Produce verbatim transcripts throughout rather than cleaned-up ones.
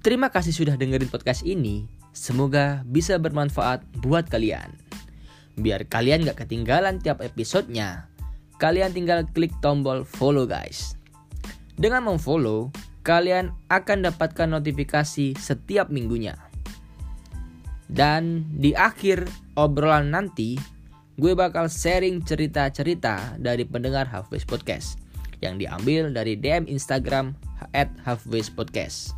Terima kasih sudah dengerin podcast ini. Semoga bisa bermanfaat buat kalian. Biar kalian gak ketinggalan tiap episodenya, kalian tinggal klik tombol follow guys. Dengan memfollow, kalian akan dapatkan notifikasi setiap minggunya. Dan di akhir obrolan nanti, gue bakal sharing cerita-cerita dari pendengar Halfways Podcast yang diambil dari D M Instagram at halfways podcast.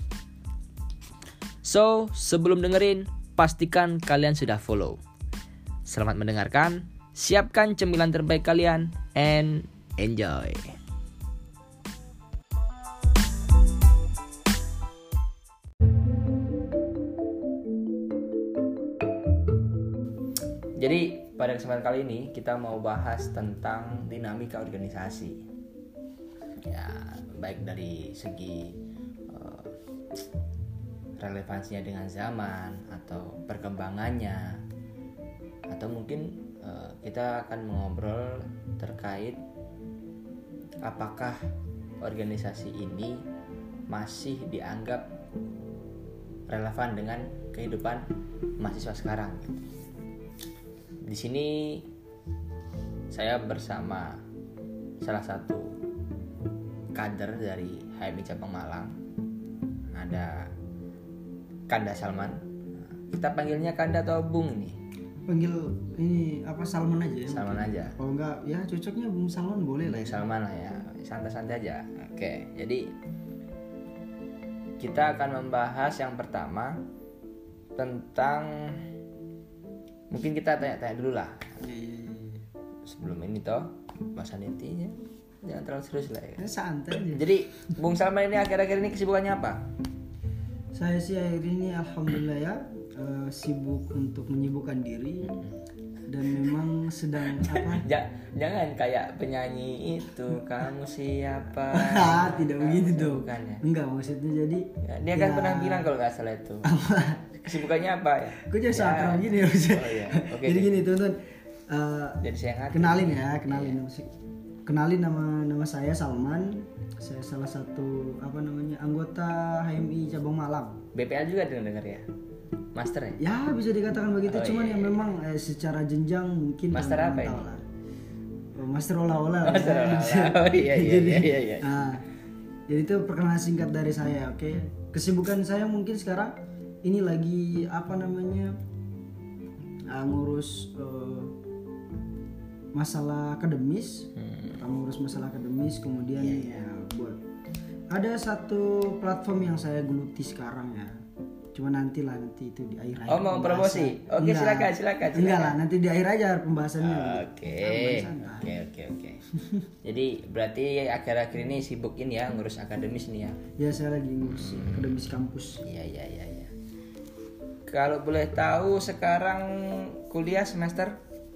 So, sebelum dengerin, pastikan kalian sudah follow. Selamat mendengarkan, siapkan cemilan terbaik kalian, and enjoy. Jadi pada kesempatan kali ini kita mau bahas tentang dinamika organisasi. Ya, baik dari segi uh, relevansinya dengan zaman atau perkembangannya, atau mungkin uh, kita akan mengobrol terkait apakah organisasi ini masih dianggap relevan dengan kehidupan mahasiswa sekarang. Di sini saya bersama salah satu kader dari H M I Cabang Malang. Ada Kanda Salman. Kita panggilnya Kanda atau Bung ini? Panggil ini apa Salman aja ya? Salman mungkin aja. Kalau enggak ya cocoknya Bung Salman boleh lah. Bung Salman lah ya. Santai-santai aja. Oke, jadi kita akan membahas yang pertama tentang, mungkin kita tanya-tanya dulu lah. Sebelum ini toh, bahasan intinya jangan terlalu serius lah ya. Ya santai aja. Jadi Bung Salman ini akhir-akhir ini kesibukannya apa? Saya sih akhir ini alhamdulillah ya uh, sibuk untuk menyibukkan diri dan memang sedang apa? Ja- jangan kayak penyanyi itu, kamu siapa? Ah, tidak begitu dong. Bukannya. Enggak, maksudnya jadi Ya, dia kan ya, pernah bilang kalau nggak salah itu. Kesibukannya apa ya? Gue jadi Ya. sakral gini ya maksudnya. Oh iya. Oke. Jadi deh. gini teman-teman. Uh, Jadi saya ngerti. kenalin ya, kenalin musik. Kenalin nama nama saya Salman. Saya salah satu apa namanya anggota H M I Cabang Malang. B P L juga dengar ya? Master ya? Ya bisa dikatakan begitu, Oh, cuman iya, yang iya. memang eh, secara jenjang mungkin Master teman-teman apa tahu ini? lah. Oh, Master olah-olah. Master ya. olah-olah. Oh, iya, iya, Jadi, iya, iya, iya. Nah, jadi itu perkenalan singkat dari saya, oke. Kesibukan saya mungkin sekarang ini lagi apa namanya ah, ngurus eh, masalah akademis. Hmm. Pertama ngurus masalah akademis, kemudian Iya, iya. ya buat ada satu platform yang saya geluti sekarang ya. Cuma nanti lah nanti itu di akhir akhir. Oh, mau promosi? Oke, silakan, silakan, silakan. Enggak lah, nanti di akhir aja pembahasannya. Oke. Santai. Oke, oke, oke. Jadi berarti akhir-akhir ini sibuk ini ya ngurus akademis nih ya. Ya saya lagi ngurus akademis kampus. Iya, iya, iya, iya. Kalau boleh tahu sekarang kuliah semester?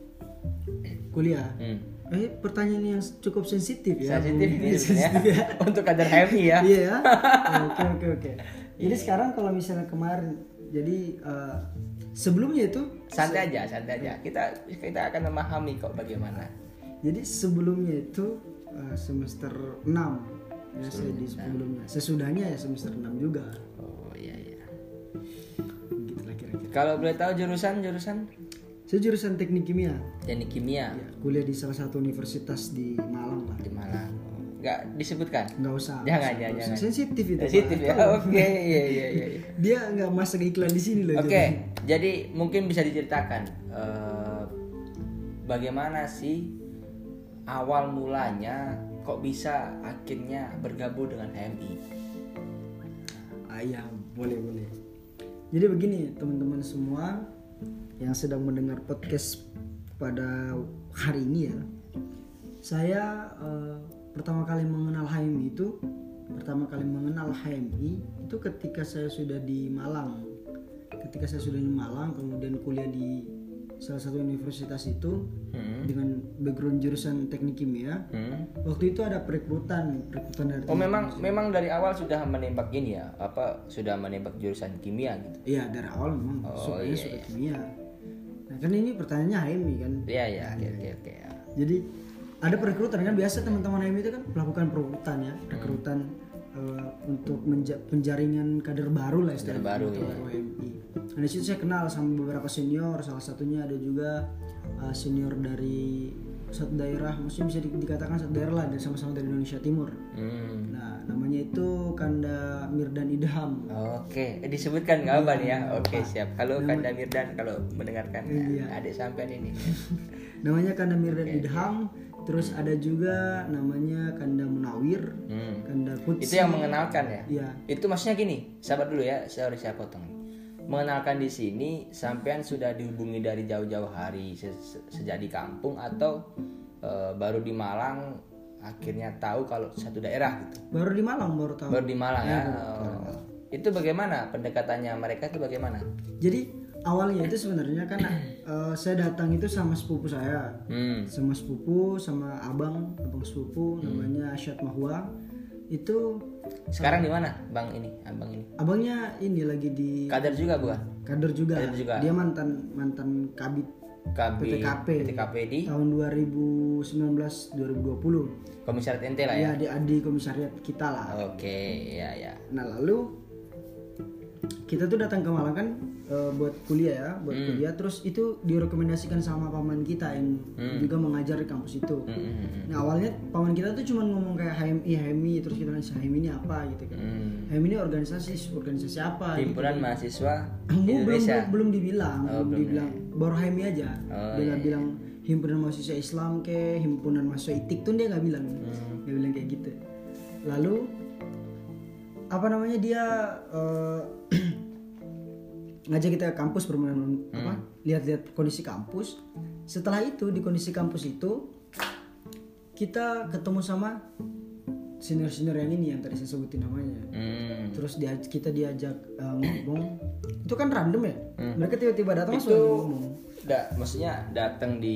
Kuliah. Hmm. Eh pertanyaan yang cukup sensitif ya. Sensitif Bu. ini Sensitif sebenarnya ya. untuk kader H M I ya. Iya ya. Oke oke oke. Jadi sekarang kalau misalnya kemarin, jadi eh, sebelumnya itu Santai aja, santai aja. Kita kita akan memahami kok bagaimana. Jadi sebelumnya itu eh, semester enam ya saya di sebelumnya. Sesudahnya ya semester enam juga. Oh iya iya. Begitulah kira-kira. Kalau boleh tahu jurusan jurusan Saya jurusan teknik kimia. teknik kimia Ya, kuliah di salah satu universitas di Malang lah. di Malang. Enggak disebutkan. Nggak usah. Jangan, nggak usah, jangan, nggak usah. jangan. Sensitif itu. Sensitif Pak. ya. Tahu. Oke, iya iya iya. iya. Dia nggak masuk iklan di sini loh. Oke, jadi. jadi mungkin bisa diceritakan eh, bagaimana sih awal mulanya kok bisa akhirnya bergabung dengan H M I? Ah iya, boleh boleh. Jadi begini teman-teman semua yang sedang mendengar podcast pada hari ini ya. Saya eh, pertama kali mengenal H M I itu pertama kali mengenal H M I itu ketika saya sudah di Malang. Ketika saya sudah di Malang kemudian kuliah di salah satu universitas itu Hmm. dengan background jurusan teknik kimia. Hmm. Waktu itu ada perekrutan, perekrutan dari Oh memang memang dari awal sudah menembak ini ya, apa sudah menembak jurusan kimia gitu? Iya dari awal memang Oh, sukanya iya, suka iya. kimia. Nah kan ini pertanyaannya H M I kan. Iya iya oke oke oke. ya. Jadi ada perekrutan kan biasa teman-teman H M I itu kan melakukan perekrutan ya, rekrutan uh, untuk menja- penjaringan kader baru lah Kader istilahnya baru, untuk ya. O M I. Nah di situ saya kenal sama beberapa senior, salah satunya ada juga uh, senior dari satu daerah, maksudnya bisa di- dikatakan satu daerah lah, dan sama-sama dari Indonesia Timur. Hmm. Nah namanya itu Kanda Mirdan Idham. Oke, eh, disebutkan nggak apa nih ya? Oke, Apa? siap. Halo Nama- Kanda Mirdan kalau mendengarkan Iya. adik sampean ini. Namanya Kanda Mirdan Idham. Terus ada juga namanya Kanda Munawir, Hmm. Kanda Kutsi. Itu yang mengenalkan ya? Iya. Itu maksudnya gini, sabar dulu ya, sorry saya potong. Mengenalkan di sini, sampean sudah dihubungi dari jauh-jauh hari se- se- sejak di kampung atau eh, baru di Malang akhirnya tahu kalau satu daerah gitu. Baru di Malang baru tahu. Baru di Malang ya. Ya, baru- baru Oh. Malang. Itu bagaimana pendekatannya mereka itu bagaimana? Jadi awalnya itu sebenarnya kan eh, saya datang itu sama sepupu saya, Hmm. sama sepupu, sama abang, abang sepupu namanya Asyad Mahwa. Itu Sekarang di mana, Bang ini, Abang ini? abangnya ini lagi di Kader juga bukan? kader juga. Kader juga. Dia mantan mantan kabit K B, P T K P. P T K P di tahun dua ribu sembilan belas dua ribu dua puluh. Komisariat N T lah ya. Ya di di komisariat kita lah. Oke, ya ya. Nah lalu kita tuh datang ke Malang kan eh, buat kuliah ya, buat Hmm. kuliah. Terus itu direkomendasikan sama paman kita yang juga mengajar di kampus itu. Hmm, hmm, hmm. Nah awalnya paman kita tuh cuma ngomong kayak H M I, H M I, terus kita nanya H M I ini apa gitu kan. Hmm. H M I ini organisasi, organisasi apa? gitu. Himpunan Mahasiswa belum, belum, Indonesia. belum, belum dibilang, Oh, belum belum dibilang, baru H M I aja. Oh, Dia iya, nggak bilang himpunan mahasiswa Islam ke, himpunan mahasiswa Itik tuh dia nggak bilang, Hmm. dia bilang kayak gitu. Lalu apa namanya dia eh, ngajak kita ke kampus bermain apa, lihat-lihat kondisi kampus. Setelah itu di kondisi kampus itu kita ketemu sama senior-senior yang ini yang tadi saya sebutin namanya. Hmm. Terus dia kita diajak uh, ngomong, itu kan random ya, mereka tiba-tiba datang langsung Itu aja ngomong. da- maksudnya datang di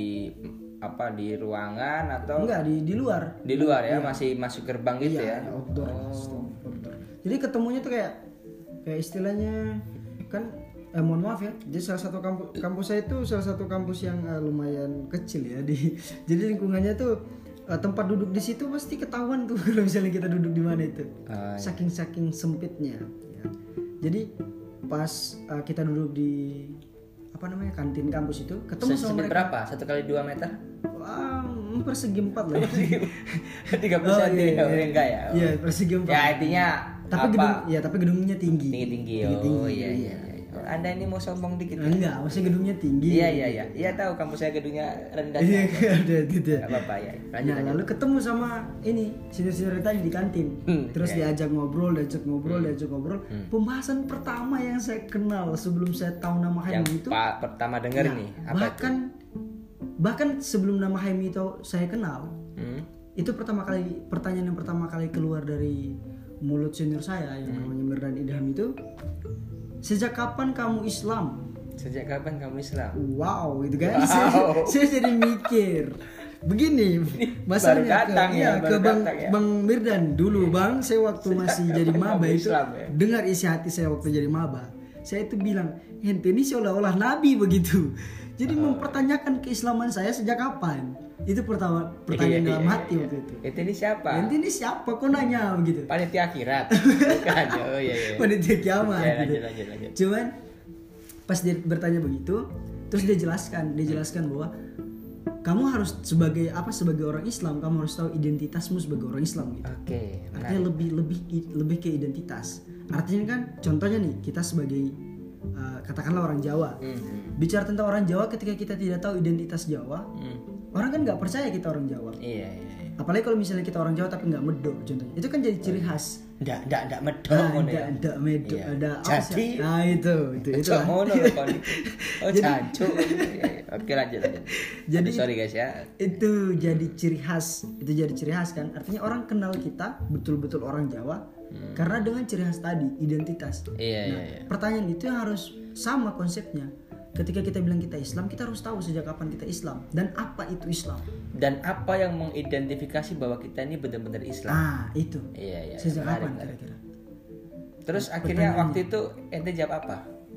apa di ruangan atau Enggak di di luar, di luar ya, masih masuk gerbang gitu iya, ya. outdoor, outdoor. Jadi ketemunya tuh kayak kayak istilahnya kan, eh, mohon maaf ya, jadi salah satu kampus kampus saya itu salah satu kampus yang eh, lumayan kecil ya, di jadi lingkungannya tuh eh, tempat duduk di situ pasti ketahuan tuh kalau misalnya kita duduk di mana itu, Ah, iya. saking saking sempitnya. Ya. Jadi pas eh, kita duduk di apa namanya kantin kampus itu ketemu sama Sesempit mereka. berapa? Satu kali dua meter? Wah, persegi empat lah. Tiga puluh Oh, senti iya, oh, iya. enggak ya? Oh. Iya, persegi empat. Ya intinya Tapi apa? gedung, ya tapi gedungnya tinggi. Tinggi tinggi. Tinggi-tinggi, Oh iya iya. iya. iya. Oh, Anda ini mau sombong dikit ya? Enggak, maksudnya gedungnya tinggi. Iya iya iya. Iya tahu kampus saya gedungnya rendah. Iya, ada gitu. Gak apa-apa ya. Lanjut Nah, lanjut. lalu ketemu sama ini senior-senior tadi di kantin. Hmm, Terus iya. diajak ngobrol, diajak ngobrol, diajak ngobrol. Pembahasan pertama yang saya kenal sebelum saya tahu nama H M I Yang itu, Pak pertama dengar ya, nih apa bahkan bahkan sebelum nama H M I itu saya kenal, itu? Hmm. itu pertama kali pertanyaan yang pertama kali keluar dari mulut senior saya yang Hmm. namanya Mirdan Idham itu, sejak kapan kamu Islam? Sejak kapan kamu Islam? Wow, itu kan. Wow. Saya, saya jadi mikir. Begini, masalahnya datang ke, ya, ya, baru ke Bang, datang ya. Bang Mirdan dulu, Bang. Saya waktu masih kapan jadi kamu maba itu Islam, ya? dengar isi hati saya waktu jadi maba. Saya itu bilang, ente ini seolah-olah nabi begitu. Jadi Oh. mempertanyakan keislaman saya sejak kapan? Itu pertama pertanyaan Iya, dalam iya, hati iya. waktu itu. Itu ini siapa? Ente ini siapa? Kok nanya begitu? Panitia akhirat. Bukan. Oh iya iya. Panitia kiamat Ya, gitu. lanjut lanjut lanjut. Cuman pas dia bertanya begitu, terus dia jelaskan, dia jelaskan bahwa kamu harus sebagai apa sebagai orang Islam, kamu harus tahu identitasmu sebagai orang Islam gitu. Oke. Artinya lebih lebih lebih ke identitas. Artinya kan contohnya nih kita sebagai uh, katakanlah orang Jawa. Hmm, hmm, Bicara tentang orang Jawa ketika kita tidak tahu identitas Jawa, hmm. orang kan nggak percaya kita orang Jawa. Iya iya. iya. Apalagi kalau misalnya kita orang Jawa tapi nggak medok contohnya. Itu kan jadi ciri khas. Ndak ndak ndak medok Ah, ngono ada ya. ada medok, Iya. ada apa Jadi sih? Nah, itu itu itu. Cok ngono lho kon. Oh Jadi- jancuk. Iya, iya. Oke lanjut lanjut. Jadi Aduh, sorry guys ya. itu jadi ciri khas, itu jadi ciri khas kan, artinya orang kenal kita betul-betul orang Jawa karena dengan ciri khas tadi, identitas. Hmm. Iya iya Nah, iya. pertanyaan itu yang harus sama konsepnya. Ketika kita bilang kita Islam, kita harus tahu sejak kapan kita Islam dan apa itu Islam. Dan apa yang mengidentifikasi bahwa kita ini benar-benar Islam? Ah itu Iya iya. sejak menarik, kapan menarik. kira-kira? Terus akhirnya waktu itu ente jawab apa?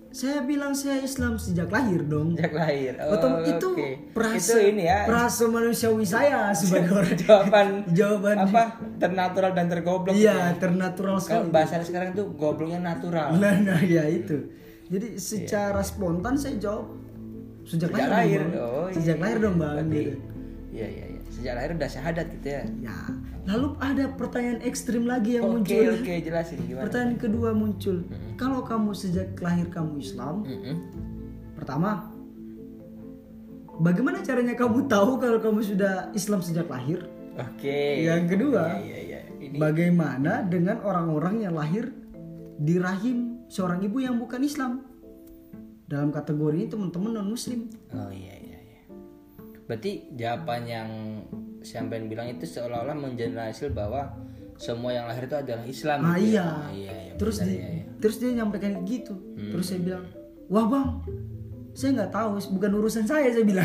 saya bilang saya Islam sejak lahir dong. Sejak lahir. Oh, Betul, itu okay. perasa, itu ini ya. perasa manusiawi saya sebagai orang. Jawaban Jawaban apa? Ternatural dan tergoblok. Iya, ternatural sekali. Kalau bahasa sekarang tuh gobloknya natural. Nah, nah ya itu. Jadi secara iya. spontan saya jawab sejak, sejak lahir. lahir. Oh, sejak iya. lahir dong Bang. Berarti, gitu. Iya iya iya. Sejak lahir udah syahadat gitu ya. Ya. Lalu ada pertanyaan ekstrim lagi yang okay, muncul. Oke okay, jelasin gimana. Pertanyaan kedua muncul. Mm-hmm. Kalau kamu sejak lahir kamu Islam, mm-hmm. pertama, bagaimana caranya kamu tahu kalau kamu sudah Islam sejak lahir? Oke. Okay. Yang kedua, iya, iya, iya. Ini... bagaimana dengan orang-orang yang lahir di rahim seorang ibu yang bukan Islam? Dalam kategori ini teman-teman non Muslim. Oh iya iya iya. Berarti jawaban yang sampean bilang itu seolah-olah mengeneralisir bahwa semua yang lahir itu adalah Islam. Ah gitu iya. Ya? Oh, iya, iya. Terus benar, di, iya, iya. terus dia nyampaikan gitu. Hmm. Terus saya bilang, "Wah, Bang, saya nggak tahu, bukan urusan saya," saya bilang.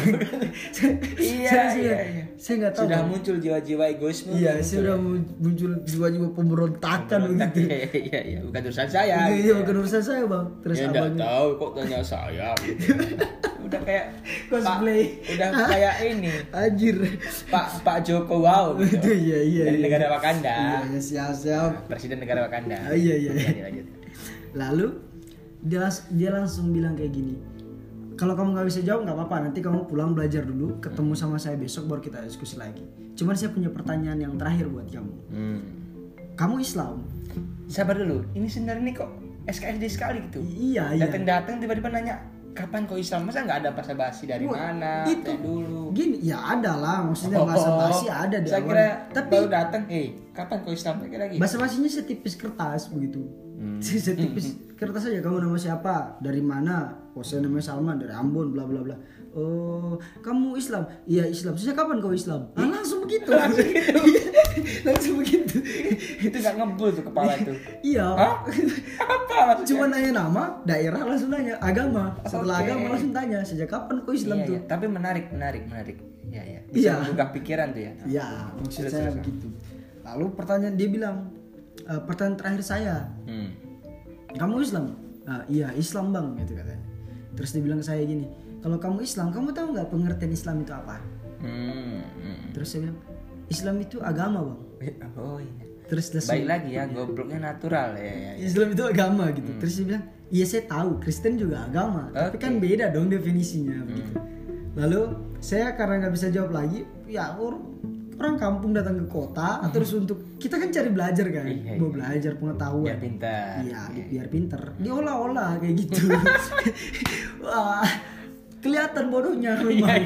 iya, saya, iya, iya. Saya nggak tahu. Sudah muncul jiwa-jiwa egoisme. Iya, sudah muncul jiwa-jiwa pemberontakan begitu. Iya, iya, iya, bukan urusan saya. Iya, gitu. iya, bukan urusan saya, Bang. Terus ya, abangnya tahu kok tanya saya. Gitu. Udah kayak cosplay. Pak, udah kayak ini. Anjir. Pak Pak Joko Wow gitu. Iya, iya. Dari iya. negara Wakanda. Iya, siap-siap. Presiden negara Wakanda. Ah, iya, iya. Lanjut, lanjut. Lalu dia dia langsung bilang kayak gini. Kalau kamu nggak bisa jawab nggak apa-apa, nanti kamu pulang belajar dulu, ketemu sama saya besok baru kita diskusi lagi. Cuman saya punya pertanyaan yang terakhir buat kamu. Hmm. Kamu Islam? Sabar dulu, ini sebenarnya nih kok S K S D sekali gitu. Iya iya. Datang-datang tiba-tiba nanya kapan kau Islam? Masa nggak ada basa-basi dari Wah, mana? Itu dulu. Gini, ya ada lah, maksudnya oh, basa-basi ada di saya awal. Kira tapi baru datang, eh kapan kau Islam? Saya kira gitu. Basa-basinya setipis kertas begitu. Hmm. Setipis kertas aja, kamu nama siapa? Dari mana? Oh, saya namanya Salman dari Ambon, bla bla bla. Oh, kamu Islam? Iya Islam. Sejak kapan kau Islam? Ah, langsung begitu. langsung begitu. langsung begitu. Itu nggak ngebul tuh kepala tuh. Iya. Hah? Apa maksudnya? Cuma nanya nama, daerah langsung nanya, agama. Setelah okay. agama langsung tanya, sejak kapan kau Islam iya, tuh? Iya. Tapi menarik, menarik, menarik. Iya, iya. Bisa iya. membuka pikiran tuh ya. Iya, maksud saya begitu. Lalu pertanyaan dia bilang, e, pertanyaan terakhir saya, hmm. kamu Islam? Ah, iya Islam bang, gitu katanya. Terus dia bilang ke saya gini, kalau kamu Islam, kamu tahu nggak pengertian Islam itu apa? Hmm. Hmm. Terus saya bilang, Islam itu agama bang. Oh iya. Terus baik lagi ya, gobloknya natural ya, ya, ya. Islam itu agama gitu. Hmm. Terus dia bilang, iya saya tahu, Kristen juga agama, okay. tapi kan beda dong definisinya hmm. begitu. Lalu saya karena nggak bisa jawab lagi, ya orang kampung datang ke kota, hmm. terus untuk kita kan cari belajar kan, iya, mau iya. belajar pengetahuan. Biar pintar. Iya, iya. biar pintar. Diolah-olah kayak gitu. Wah, kelihatan bodohnya memang.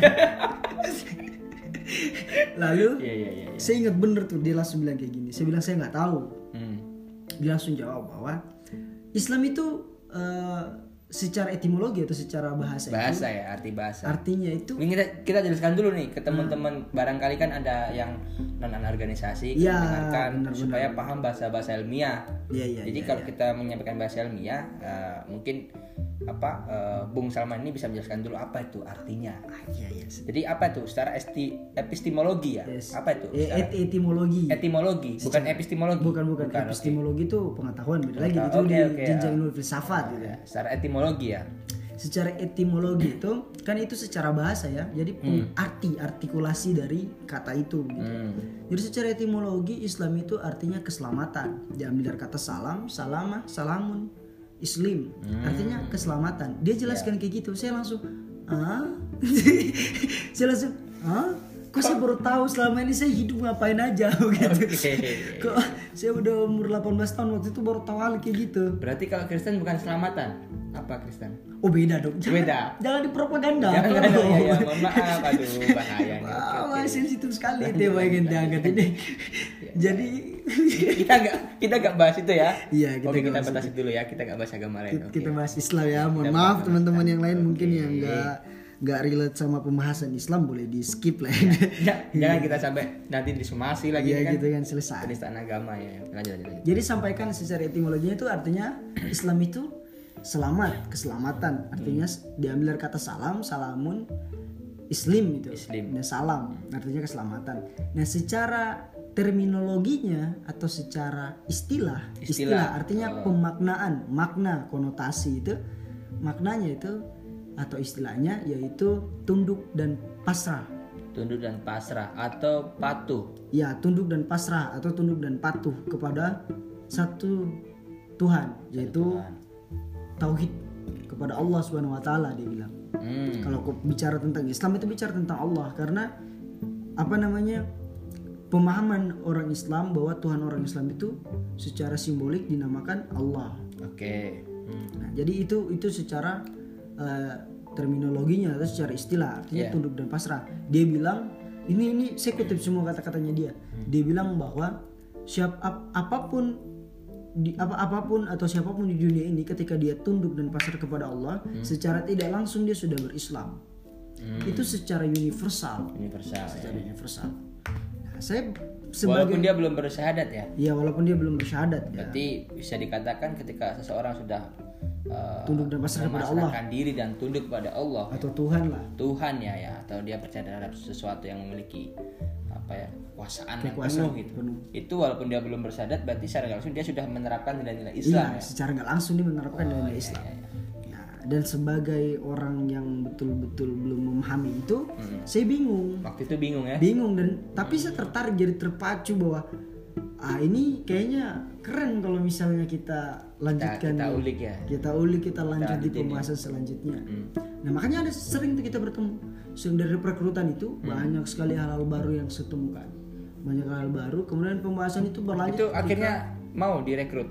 Lalu iya, iya, iya, iya. saya ingat bener tuh dia langsung bilang kayak gini. Saya bilang saya nggak tahu. Hmm. Dia langsung jawab bahwa Islam itu uh, secara etimologi atau secara bahasa bahasa itu, ya arti bahasa artinya itu ini kita kita jelaskan dulu nih ke teman-teman hmm. barangkali kan ada yang non organisasi ya, mendengarkan benar, supaya benar. paham bahasa-bahasa ilmiah ya, ya, jadi ya, kalau ya. kita menyampaikan bahasa ilmiah uh, mungkin apa uh, Bung Salman ini bisa menjelaskan dulu apa itu artinya ah, ya, ya. jadi apa itu secara esti, epistemologi ya yes. apa itu e, et, etimologi etimologi bukan secara, epistemologi bukan bukan, bukan epistemologi itu okay. pengetahuan beda lagi itu okay, di okay, jenjang ilmu filsafat gitu ya secara etimologi ya secara etimologi itu kan itu secara bahasa ya jadi hmm. arti artikulasi dari kata itu gitu. hmm. Jadi secara etimologi Islam itu artinya keselamatan diambil dari kata salam salamah salamun islim hmm. artinya keselamatan dia jelaskan yeah. kayak gitu saya langsung ah saya langsung ah kok saya baru tahu selama ini saya hidup ngapain aja gitu. Okay. Kok saya udah umur delapan belas tahun waktu itu baru tahu hal kayak gitu. Berarti kalau Kristen bukan selamatan. Apa Kristen? Oh beda dong. Jangan, beda. Jangan dipropaganda. Jangan ada ya, ya. Mohon maaf aduh bahaya nih. Wah, okay, okay. sensitif sekali tema yang diangkat ini. Jadi kita enggak kita enggak bahas itu ya. Iya, kita Oke, kita batasi dulu ya. Kita enggak bahas agama lain. Kita, okay. kita bahas Islam ya. Mohon maaf teman-teman yang lain okay. mungkin yang enggak nggak relate sama pembahasan Islam boleh di skip lah ya. Jangan kita sampai nanti disumasi lagi ya, kan gitu kan selesai penistaan agama ya lanjut, lanjut, lanjut. Jadi sampaikan secara etimologinya itu artinya Islam itu selamat keselamatan artinya hmm. diambil dari kata salam salamun islim itu Islim. Nah, salam artinya keselamatan nah secara terminologinya atau secara istilah istilah, istilah artinya oh. pemaknaan makna konotasi itu maknanya itu atau istilahnya yaitu tunduk dan pasrah. Tunduk dan pasrah atau patuh. Ya, tunduk dan pasrah atau tunduk dan patuh kepada satu Tuhan, yaitu Tuhan. tauhid kepada Allah Subhanahu wa taala dia bilang. Hmm. Kalau aku bicara tentang Islam itu bicara tentang Allah, karena apa namanya? Pemahaman orang Islam bahwa Tuhan orang Islam itu secara simbolik dinamakan Allah. Oke. Hmm. Nah, jadi itu itu secara uh, terminologinya atau secara istilah artinya Yeah. tunduk dan pasrah. Dia bilang ini ini saya kutip semua kata-katanya dia. Dia bilang bahwa siap ap, apapun di apa apapun atau siapapun di dunia ini ketika dia tunduk dan pasrah kepada Allah, hmm. secara tidak langsung dia sudah berislam. Hmm. Itu secara universal. Universal. Secara Ya. universal. Nah, saya sebagai Walaupun dia belum bersyahadat ya. ya walaupun dia belum bersyahadat ya. Berarti bisa dikatakan ketika seseorang sudah uh, Tunduk dan pasrah kepada Allah. memasrahkan diri dan tunduk kepada Allah Atau Tuhan lah. Tuhan ya ya atau dia percaya terhadap sesuatu yang memiliki apa ya kekuasaan yang Kekuasaan penuh gitu. penuh. Itu walaupun dia belum bersyahadat berarti secara nggak langsung dia sudah menerapkan nilai-nilai Iya, Islam ya. secara nggak langsung dia menerapkan Oh, nilai iya, Islam. iya, iya. Nah, dan sebagai orang yang betul-betul belum memahami itu, Hmm. saya bingung, Waktu itu bingung ya. bingung dan tapi saya tertarik jadi terpacu bahwa ah ini kayaknya keren kalau misalnya kita lanjutkan, kita nih. ulik ya. kita ulik, kita lanjut di lanjutin ya. pembahasan selanjutnya. Hmm. Nah makanya ada sering tuh kita bertemu. Sering dari perekrutan itu Hmm. banyak sekali hal-hal baru yang saya temukan, banyak hal baru. Kemudian pembahasan itu berlanjut. Itu ketika- akhirnya mau direkrut.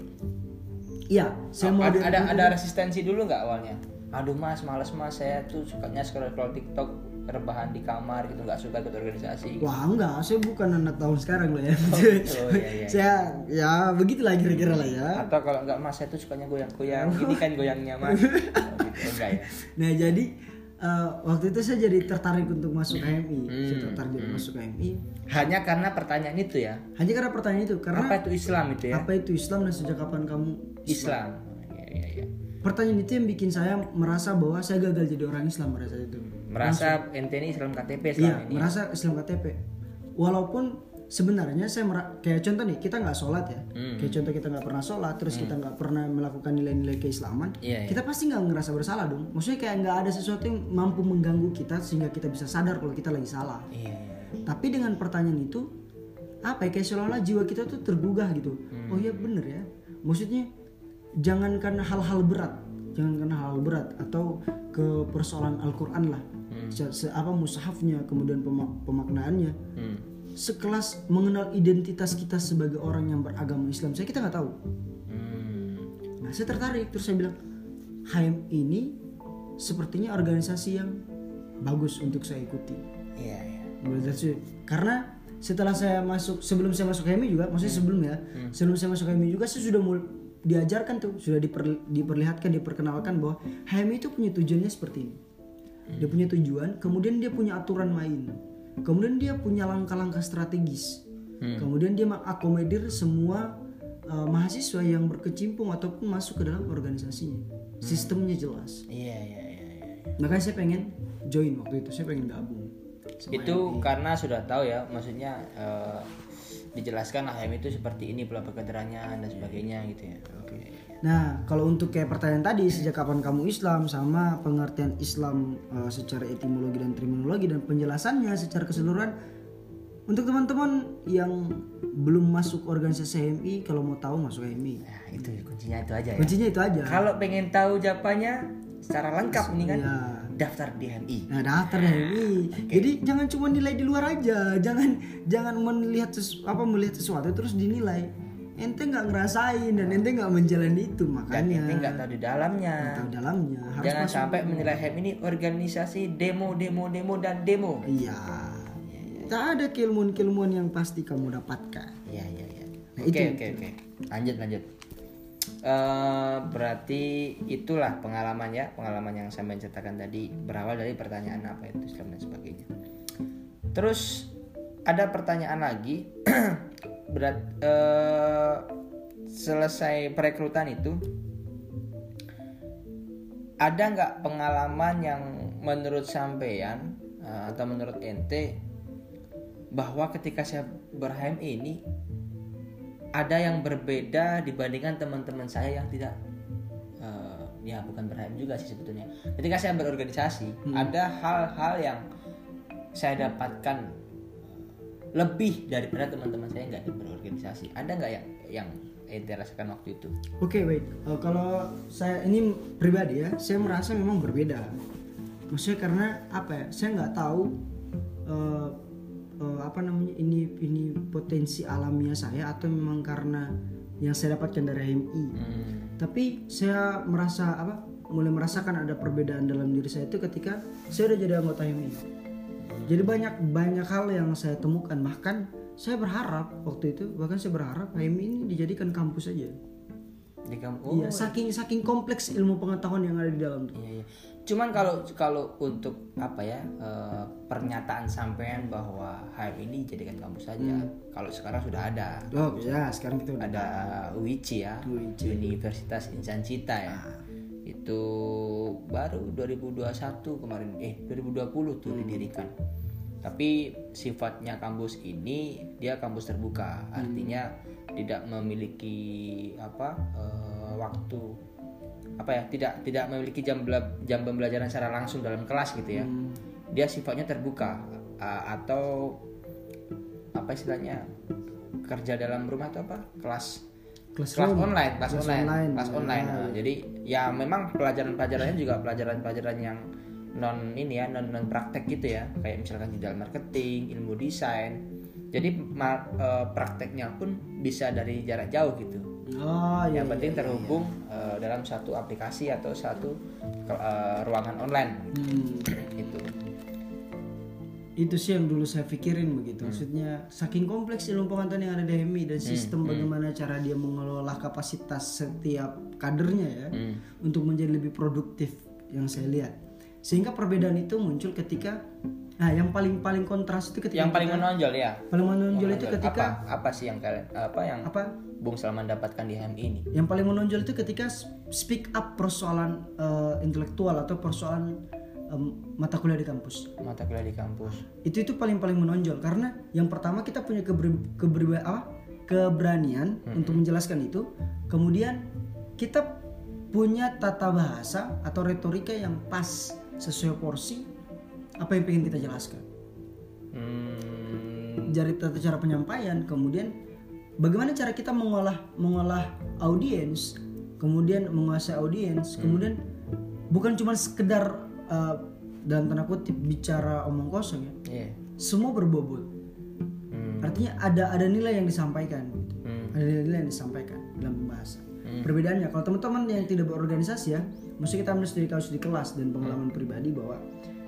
Iya, saya mau ada, direkrut ada itu. ada resistensi dulu nggak awalnya? Aduh mas, males mas, saya tuh sukanya scroll scroll TikTok, rebahan di kamar gitu, nggak suka ikut organisasi. Wah enggak, saya bukan anak tahun sekarang lah ya. Oh, iya, iya. Saya ya begitulah kira-kira lah ya. Atau kalau nggak mas, saya tuh sukanya goyang-goyang, gini kan goyangnya mas. Oh, gitu. Enggak ya? Nah jadi eh, waktu itu saya jadi tertarik untuk masuk K M I. Hmm, Saya tertarik jadi masuk K M I. Hanya karena pertanyaan itu ya. Hanya karena pertanyaan itu, karena Apa itu Islam itu ya? apa itu Islam dan sejak kapan kamu Islam. Iya iya iya. Pertanyaan itu yang bikin saya merasa bahwa saya gagal jadi orang Islam pada saat itu. Merasa ente ini Islam K T P Iya, selama ini. merasa Islam K T P. Walaupun sebenarnya saya mera- kayak contoh nih, kita nggak sholat ya. Hmm. Kayak contoh kita nggak pernah sholat, terus kita nggak pernah melakukan nilai-nilai keislaman. Iya, iya. Kita pasti nggak ngerasa bersalah dong. Maksudnya kayak nggak ada sesuatu yang mampu mengganggu kita sehingga kita bisa sadar kalau kita lagi salah. Iya, iya. Tapi dengan pertanyaan itu, apa ya, kayak seolah-olah jiwa kita tuh tergugah gitu. Hmm. Oh iya bener ya. Maksudnya jangan karena hal-hal berat, jangan karena hal-hal berat atau ke persoalan Al-Quran lah. Hmm. Se- se- apa mushafnya, kemudian pema- pemaknaannya. Hmm. Sekelas mengenal identitas kita sebagai orang yang beragama Islam, saya kita nggak tahu. Hmm. Nah saya tertarik, terus saya bilang H M ini sepertinya organisasi yang bagus untuk saya ikuti. Iya iya. Organisasi karena setelah saya masuk, sebelum saya masuk H M I juga, maksudnya sebelum ya, sebelum saya masuk H M I juga saya sudah mul- diajarkan tuh, sudah diper- diperlihatkan, diperkenalkan bahwa H M I itu punya tujuannya seperti ini. Dia punya tujuan, kemudian dia punya aturan main, kemudian dia punya langkah-langkah strategis, kemudian dia mengakomodir semua uh, mahasiswa yang berkecimpung ataupun masuk ke dalam organisasinya. Sistemnya jelas. Iya iya iya. iya. Makanya saya pengen join waktu itu, saya pengen gabung. sama Itu H M I. karena sudah tahu ya, maksudnya eh, dijelaskan H M itu seperti ini pola pekerjaannya dan sebagainya gitu ya. Oke. Nah, kalau untuk kayak pertanyaan tadi, sejak kapan kamu Islam, sama pengertian Islam uh, secara etimologi dan terminologi dan penjelasannya secara keseluruhan, untuk teman-teman yang belum masuk organisasi H M I, kalau mau tahu masuk H M I. Nah, itu kuncinya itu aja ya. Kuncinya itu aja. Kalau pengen tahu jawabannya secara lengkap ini kan Iya. daftar di H M I. Nah, daftar H M I. Jadi jangan cuma nilai di luar aja, jangan jangan melihat sesu, apa melihat sesuatu terus dinilai. Ente nggak ngerasain dan ente nggak menjalani itu, Dan makanya ente nggak tahu di dalamnya. nggak tahu dalamnya. Harus Jangan masuk. sampai menilai H M ini organisasi demo demo demo dan demo. Iya. Tak ada keilmuan-keilmuan yang pasti kamu dapatkan. Iya iya iya. Nah, Oke itu- oke oke. Lanjut lanjut. Eh, berarti itulah pengalaman ya, pengalaman yang saya ceritakan tadi berawal dari pertanyaan apa itu Islam dan sebagainya. Terus ada pertanyaan lagi. Berat eh, selesai perekrutan itu ada nggak pengalaman yang menurut sampean eh, atau menurut ente bahwa ketika saya ber-H M I ini ada yang berbeda dibandingkan teman-teman saya yang tidak uh, ya bukan berhype juga sih sebetulnya. Ketika saya berorganisasi, Hmm. ada hal-hal yang saya dapatkan lebih daripada teman-teman saya nggak berorganisasi. Ada nggak yang yang ente rasakan waktu itu? Oke, wait. Uh, kalau saya ini pribadi ya, saya merasa memang berbeda. Maksudnya karena apa ya? Saya nggak tahu uh, uh, apa namanya ini ini potensi alamiah saya atau memang karena yang saya dapatkan dari H M I. Hmm. Tapi saya merasa apa? Mulai merasakan ada perbedaan dalam diri saya itu ketika saya udah jadi anggota H M I. Jadi banyak banyak hal yang saya temukan, bahkan saya berharap waktu itu bahkan saya berharap H M I ini dijadikan kampus aja. Di kampus. Iya, saking saking kompleks ilmu pengetahuan yang ada di dalam tuh. Iya, iya. Cuman kalau kalau untuk apa ya eh, pernyataan sampean bahwa H M I ini dijadikan kampus saja. Hmm. Kalau sekarang sudah ada. Oh ya, sekarang kita udah Ada U I C I ya, U I C I. Universitas Insan Cita ya. Itu baru dua ribu dua puluh satu kemarin, eh dua ribu dua puluh tuh didirikan. Tapi sifatnya kampus ini dia kampus terbuka, artinya tidak memiliki apa eh, waktu apa ya tidak tidak memiliki jam bela- jam pembelajaran secara langsung dalam kelas gitu ya. Hmm. Dia sifatnya terbuka uh, atau apa istilahnya kerja dalam rumah atau apa kelas kelas Classroom. online kelas, Kelas online, online. kelas online. Ya. Nah, jadi ya memang pelajaran-pelajarannya juga pelajaran-pelajaran yang non ini ya non non praktek gitu ya, kayak misalkan digital marketing, ilmu desain. Jadi ma- uh, prakteknya pun bisa dari jarak jauh gitu. Oh iya. Yang penting iya, terhubung uh, dalam satu aplikasi atau satu uh, ruangan online gitu. Hmm. Itu. Itu sih yang dulu saya pikirin begitu. Maksudnya saking kompleks ilmu pengetahuan yang ada di H M I dan sistem bagaimana cara dia mengelola kapasitas setiap kadernya ya Hmm. untuk menjadi lebih produktif yang saya lihat. Sehingga perbedaan itu muncul ketika nah yang paling paling kontras itu ketika Yang paling kita- menonjol ya. paling menonjol itu Menonjol. ketika apa, apa sih yang kalian apa yang apa Bung Salman dapatkan di H M I ini? yang paling menonjol itu ketika speak up persoalan eh, intelektual atau persoalan em, mata kuliah di kampus. Mata kuliah di kampus. Itu itu paling paling menonjol karena yang pertama kita punya keber, keber- apa, keberanian untuk menjelaskan itu, kemudian kita punya tata bahasa atau retorika yang pas sesuai porsi apa yang pengen kita jelaskan. Hmm, Dari tata cara penyampaian, kemudian bagaimana cara kita mengolah mengolah audiens, kemudian menguasai audiens, kemudian bukan cuma sekedar uh, dalam tanda kutip bicara omong kosong ya, iya. semua berbobot. Hmm, Artinya ada ada nilai yang disampaikan, gitu. hmm, Ada nilai yang disampaikan dalam pembahasan. Hmm. Perbedaannya kalau teman-teman yang tidak berorganisasi ya, mesti kita ambil studi kasus di kelas dan pengalaman pribadi bahwa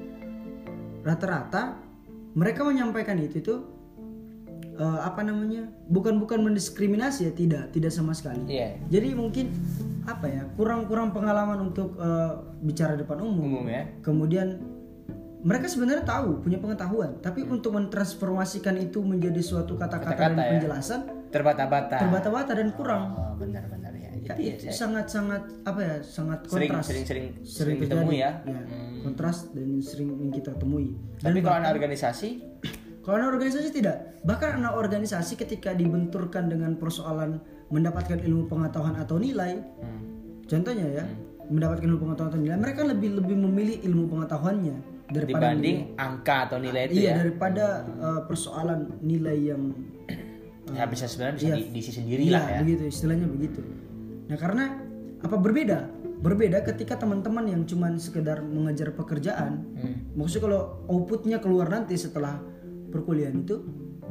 rata-rata mereka menyampaikan itu itu eh, apa namanya bukan bukan mendiskriminasi ya, tidak tidak sama sekali. Iya. Jadi mungkin apa ya kurang-kurang pengalaman untuk eh, bicara depan umum. Umum ya. Kemudian mereka sebenarnya tahu punya pengetahuan, tapi untuk mentransformasikan itu menjadi suatu kata-kata dan Kata-kata ya. penjelasan Terbata-bata. terbata-bata dan kurang. Oh, benar-benar ya. Ya, Itu ya, itu saya sangat-sangat apa ya sangat sering kontras sering sering sering sering terjadi ketemu ya. ya, Hmm. kontras dan sering yang kita temui. Dan Tapi kalau bahkan- anak organisasi, kalau anak organisasi tidak, bahkan anak organisasi ketika dibenturkan dengan persoalan mendapatkan ilmu pengetahuan atau nilai, hmm, contohnya ya mendapatkan ilmu pengetahuan atau nilai, mereka lebih lebih memilih ilmu pengetahuannya daripada dibanding angka atau nilai itu iya ya. daripada uh, persoalan nilai yang Ya bisa sebenarnya bisa iya. di, diisi sendiri iya, lah ya. begitu istilahnya begitu. Nah karena apa berbeda berbeda ketika teman-teman yang cuman sekedar mengejar pekerjaan, Hmm. maksudnya kalau outputnya keluar nanti setelah perkuliahan itu,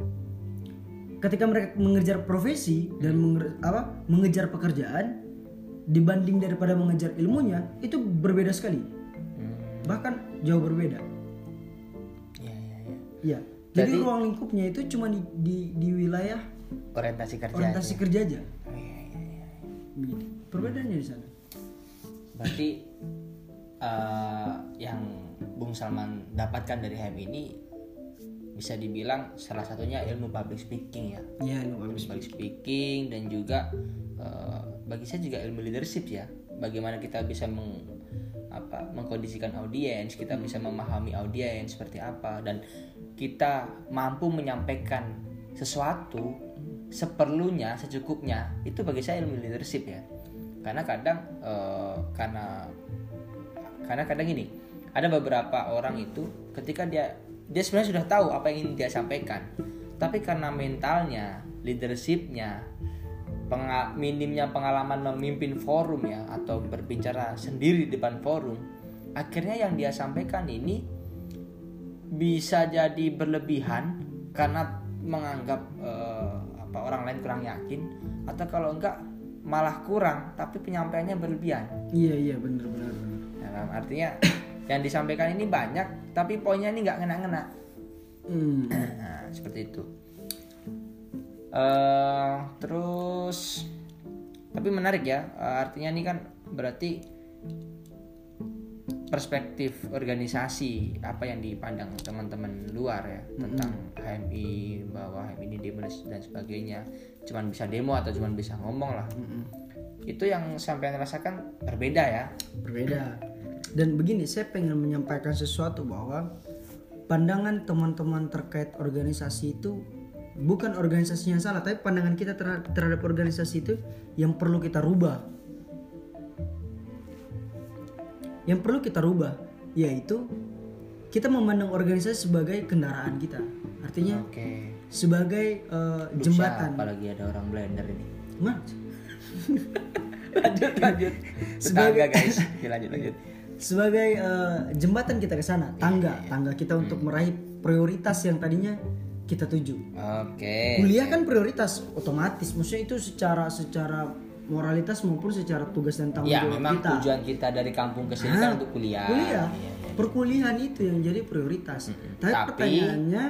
ketika mereka mengejar profesi dan menger- apa mengejar pekerjaan dibanding daripada mengejar ilmunya itu berbeda sekali, Hmm. bahkan jauh berbeda. Iya, iya, iya. Iya. Jadi Jadi- ruang lingkupnya itu cuma di, di, di wilayah Orientasi kerja. orientasi kerja aja. Oh, iya, iya, iya. Begitu. Perbedaannya di sana. Berarti eh, yang Bung Salman dapatkan dari H M I ini bisa dibilang salah satunya ilmu public speaking ya. Iya, Ilmu public speaking dan juga eh, bagi saya juga ilmu leadership ya. Bagaimana kita bisa meng, apa, mengkondisikan audiens, kita bisa memahami audiens seperti apa dan kita mampu menyampaikan sesuatu seperlunya, secukupnya. Itu bagi saya ilmu leadership ya. Karena kadang uh, karena karena kadang gini, ada beberapa orang itu ketika dia dia sebenarnya sudah tahu apa yang ingin dia sampaikan, tapi karena mentalnya, leadershipnya, penga- minimnya pengalaman memimpin forum ya atau berbicara sendiri di depan forum, akhirnya yang dia sampaikan ini bisa jadi berlebihan karena menganggap uh, apa orang lain kurang yakin, atau kalau enggak malah kurang tapi penyampaiannya berlebihan. Iya iya benar-benar. Nah, artinya yang disampaikan ini banyak tapi poinnya ini nggak ngena-ngena. Hmm. Nah, seperti itu. Uh, terus tapi menarik ya, uh, artinya ini kan berarti perspektif organisasi apa yang dipandang teman-teman luar ya mm-hmm. tentang H M I, bahwa H M I ini demo dan sebagainya, cuman bisa demo atau cuman bisa ngomong lah. Mm-hmm. Itu yang sampai rasakan berbeda ya. Berbeda. Dan begini, saya pengen menyampaikan sesuatu bahwa pandangan teman-teman terkait organisasi itu bukan organisasi yang salah, tapi pandangan kita terhadap organisasi itu yang perlu kita rubah. Yang perlu kita rubah yaitu kita memandang organisasi sebagai kendaraan kita. Artinya okay. sebagai uh, jembatan. Apalagi ada orang blender ini. Mas. lanjut lanjut. Sebagai guys, lanjut lanjut. Sebagai uh, jembatan kita ke sana, tangga, yeah, yeah. tangga kita hmm. untuk meraih prioritas yang tadinya kita tuju. Oke. Okay. Kuliah kan prioritas otomatis, maksudnya itu secara secara moralitas maupun secara tugas dan tanggung jawab ya, memang kita. Tujuan kita dari kampung ke sini nah, kan untuk kuliah. Kuliah. Ya, ya. Perkuliahan itu yang jadi prioritas. Mm-hmm. Tapi, Tapi pertanyaannya,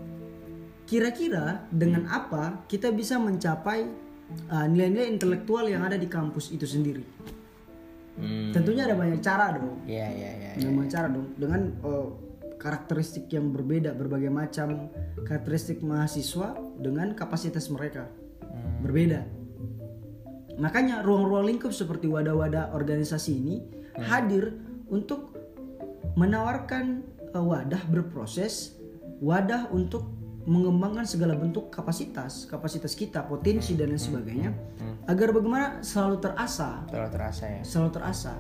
kira-kira dengan hmm. apa kita bisa mencapai uh, nilai-nilai intelektual yang ada di kampus itu sendiri? Hmm. Tentunya ada banyak cara dong. Iya, iya, iya. Ada banyak cara dong. Dengan uh, karakteristik yang berbeda, berbagai macam karakteristik mahasiswa dengan kapasitas mereka hmm. berbeda. Makanya ruang-ruang lingkup seperti wadah-wadah organisasi ini hmm. hadir untuk menawarkan uh, wadah berproses, wadah untuk mengembangkan segala bentuk kapasitas, kapasitas kita, potensi dan lain sebagainya, hmm. Hmm. agar bagaimana selalu terasa, selalu terasa ya, selalu terasa,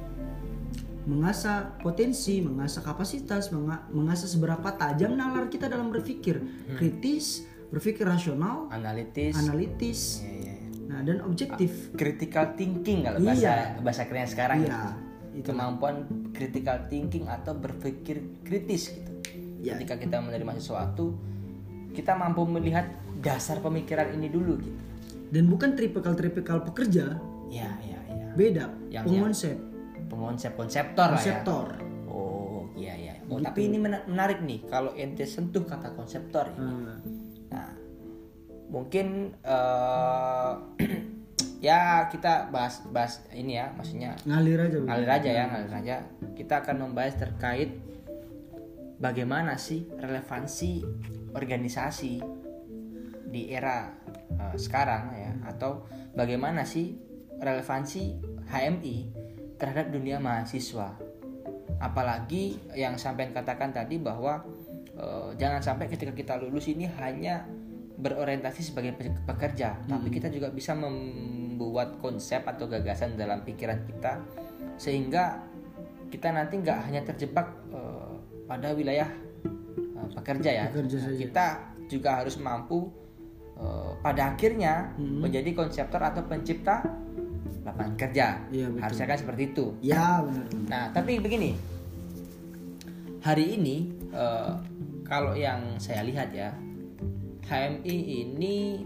mengasah potensi, mengasah kapasitas, mengasah seberapa tajam nalar kita dalam berpikir, hmm. kritis, berpikir rasional, analitis, analitis. Ya, ya. Nah, dan objektif, critical thinking kalau bahasa iya. bahasa kerennya sekarang iya, itu. Kemampuan critical thinking atau berpikir kritis gitu. Iya. Ketika kita menerima sesuatu, kita mampu melihat dasar pemikiran ini dulu gitu. Dan bukan tipikal-tipikal pekerja. Ya, ya, ya. Beda. Yang pengonsep, pengonsep konseptor, konseptor. Lah ya. Oh, iya iya. Oh, gitu. Tapi ini menarik nih kalau ente sentuh kata konseptor ini. Hmm. Nah, mungkin uh, ya kita bahas bahas ini ya, maksudnya ngalir aja ngalir aja ya ngalir aja kita akan membahas terkait bagaimana sih relevansi organisasi di era uh, sekarang ya, atau bagaimana sih relevansi H M I terhadap dunia mahasiswa, apalagi yang sampean katakan tadi bahwa uh, jangan sampai ketika kita lulus ini hanya berorientasi sebagai pekerja, hmm. tapi kita juga bisa membuat konsep atau gagasan dalam pikiran kita sehingga kita nanti nggak hanya terjebak uh, pada wilayah uh, pekerja ya, pekerja nah, kita juga harus mampu uh, pada akhirnya hmm. menjadi konseptor atau pencipta lapangan kerja. Ya, harusnya kan seperti itu. Ya benar. Nah tapi begini, hari ini uh, kalau yang saya lihat ya, H M I ini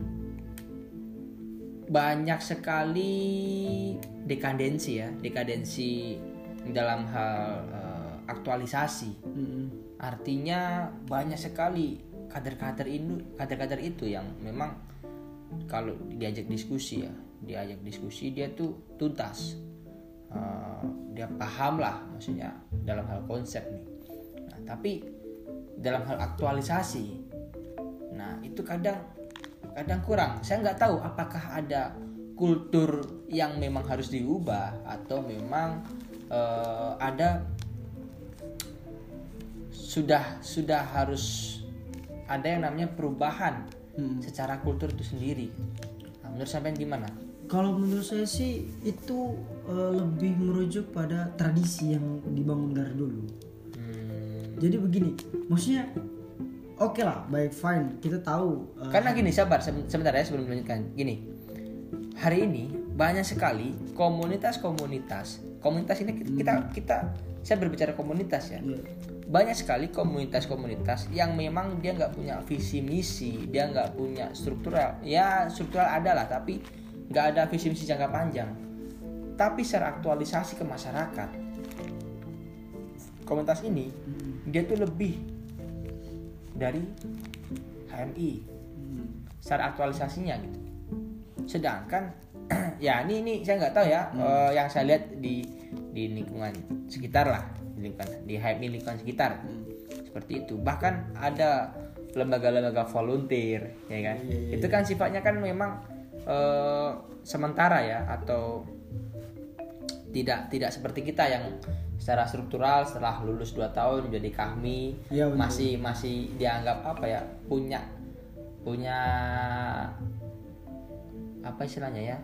banyak sekali dekadensi ya, dekadensi dalam hal uh, aktualisasi. Mm-hmm. Artinya banyak sekali kader-kader itu, kader-kader itu yang memang kalau diajak diskusi ya, diajak diskusi dia tuh tuntas, uh, dia paham lah, maksudnya dalam hal konsep nih. Nah, tapi dalam hal aktualisasi, nah itu kadang kadang kurang. Saya nggak tahu apakah ada kultur yang memang harus diubah atau memang uh, ada sudah sudah harus ada yang namanya perubahan hmm. secara kultur itu sendiri. Nah, menurut sampean gimana? Kalau menurut saya sih itu uh, lebih merujuk pada tradisi yang dibangun dari dulu. Hmm. Jadi begini, maksudnya oke okay lah, baik fine, kita tahu. Uh, Karena gini, sabar sebentar ya sebelum melanjutkan. Gini, hari ini banyak sekali komunitas-komunitas. Komunitas ini kita kita, kita saya berbicara komunitas ya. Yeah. Banyak sekali komunitas-komunitas yang memang dia nggak punya visi misi, dia nggak punya struktural. Ya struktural ada lah, tapi nggak ada visi misi jangka panjang. Tapi secara aktualisasi ke masyarakat, komunitas ini hmm. dia tuh lebih dari H M I secara aktualisasinya gitu. Sedangkan ya ini ini saya nggak tahu ya, hmm. uh, yang saya lihat di di lingkungan sekitar lah, di lingkungan di H M I lingkungan sekitar hmm. seperti itu. Bahkan ada lembaga-lembaga volunteer, ya kan? Yeah, yeah, itu kan sifatnya kan memang Uh, sementara ya, atau tidak tidak seperti kita yang secara struktural setelah lulus dua tahun menjadi kahmi ya, masih masih dianggap apa ya, punya punya apa istilahnya ya,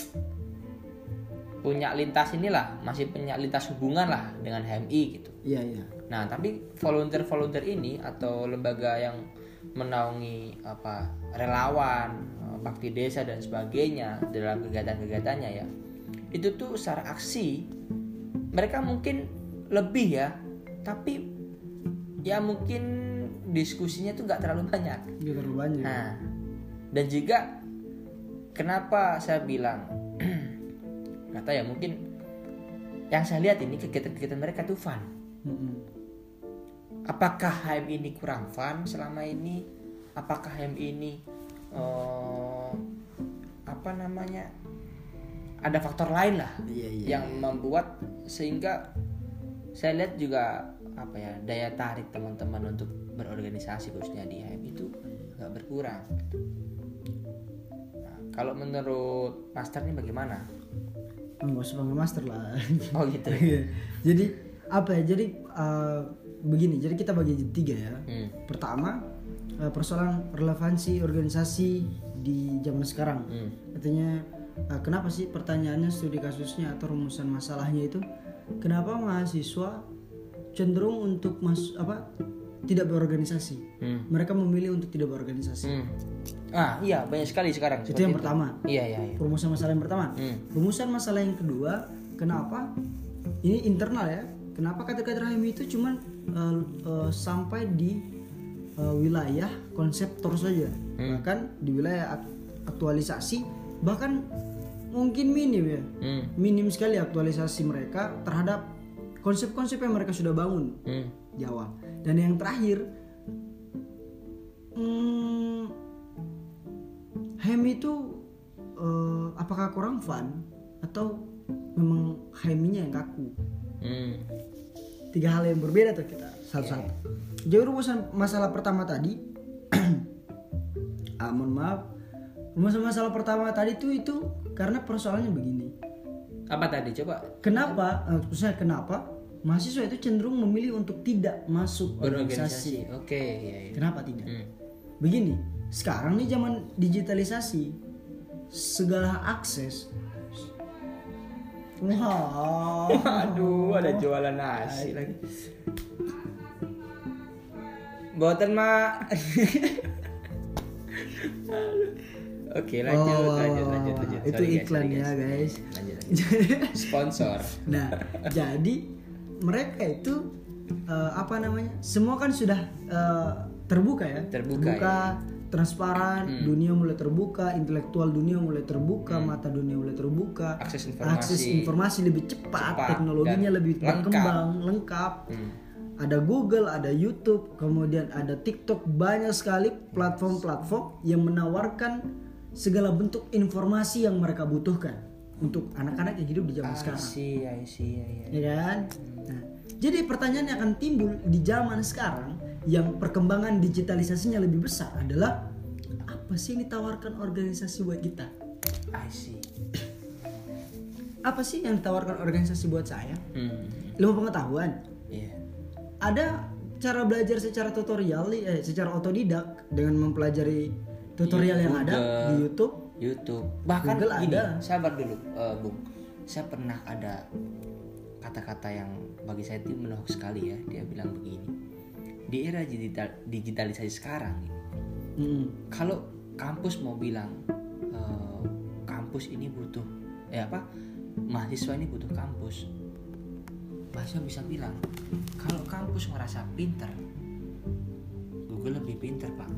punya lintas inilah, masih punya lintas hubungan lah dengan H M I gitu. Iya iya. Nah tapi volunteer-volunteer ini atau lembaga yang menaungi apa relawan, bakti desa dan sebagainya dalam kegiatan-kegiatannya ya, itu tuh secara aksi mereka mungkin lebih ya, tapi ya mungkin diskusinya tuh nggak terlalu banyak. Nggak terlalu banyak. Nah, dan juga kenapa saya bilang kata ya mungkin yang saya lihat ini kegiatan-kegiatan mereka tuh fun. Mm-hmm. Apakah H M I ini kurang fun selama ini? Apakah H M I ini uh, apa namanya, ada faktor lain lah iya, iya, yang iya. membuat sehingga saya lihat juga apa ya, daya tarik teman-teman untuk berorganisasi khususnya di H M I itu nggak berkurang. Nah, kalau menurut Master ini bagaimana? Nggak usah panggil Master lah. Oh gitu. Jadi apa ya? Jadi uh, begini. Jadi kita bagi tiga ya. Hmm. Pertama, uh, persoalan relevansi organisasi di zaman sekarang. Hmm. Artinya uh, kenapa sih pertanyaannya, studi kasusnya atau rumusan masalahnya itu? Kenapa mahasiswa cenderung untuk mas apa tidak berorganisasi? Hmm. Mereka memilih untuk tidak berorganisasi. Hmm. Ah iya, banyak sekali sekarang. Itu yang itu. pertama. Iya iya. iya. Rumusan masalah yang pertama. Hmm. Rumusan masalah yang kedua, kenapa ini internal ya? Kenapa kader-kader H M I itu cuman uh, uh, sampai di uh, wilayah konseptor saja, hmm. bahkan di wilayah aktualisasi bahkan mungkin minim ya, hmm. minim sekali aktualisasi mereka terhadap konsep-konsep yang mereka sudah bangun. Hmm. Jawab. Dan yang terakhir, hmm, H M I itu uh, apakah kurang fun atau memang H M I-nya yang kaku? Hmm. Tiga hal yang berbeda tuh kita satu-satu. Yeah. Jadi rumusan masalah pertama tadi, ah, mohon maaf, rumusan masalah pertama tadi itu itu karena persoalannya begini. Apa tadi coba? Kenapa? Maksudnya kenapa mahasiswa itu cenderung memilih untuk tidak masuk organisasi? Oke. Okay, yeah, yeah. Kenapa tidak? Hmm. Begini, sekarang nih zaman digitalisasi, segala akses. Wah, aduh, ada jualan nasi lagi. Boten mak. Oke, lanjut, oh, lanjut, lanjut, lanjut. Itu sorry, iklan guys, ya guys. Lanjut, lanjut. Sponsor. Nah, jadi mereka itu uh, apa namanya? Semua kan sudah uh, terbuka ya. Terbuka. terbuka Ya. Transparan, hmm. dunia mulai terbuka, intelektual dunia mulai terbuka, hmm. mata dunia mulai terbuka, akses informasi, akses informasi lebih cepat, cepat teknologinya lebih lengkap. berkembang, lengkap. Hmm. Ada Google, ada YouTube, kemudian ada TikTok, banyak sekali platform-platform yang menawarkan segala bentuk informasi yang mereka butuhkan untuk anak-anak yang hidup di zaman I sekarang. see, I see, I see. Ya kan? Nah, jadi pertanyaan yang akan timbul di zaman sekarang yang perkembangan digitalisasinya lebih besar adalah apa sih yang ditawarkan organisasi buat kita? I see. Apa sih yang ditawarkan organisasi buat saya? Hmm. Ilmu pengetahuan. Yeah. Ada cara belajar secara tutorial, eh, secara otodidak dengan mempelajari tutorial YouTube, yang ada di YouTube. YouTube. Bahkan Google gini, ada. sabar dulu, eh, Bung. Saya pernah ada kata-kata yang bagi saya itu menohok sekali ya. Dia bilang begini. Di era digital, digitalisasi sekarang, Mm. kalau kampus mau bilang eh, kampus ini butuh, eh apa, mahasiswa ini butuh kampus, mahasiswa bisa bilang kalau kampus merasa pintar, Google lebih pintar pak.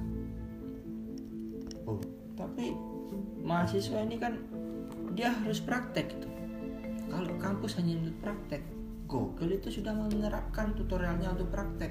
Oh, tapi mahasiswa ini kan dia harus praktek gitu. Kalau kampus hanya untuk praktek, Google itu sudah menerapkan tutorialnya untuk praktek.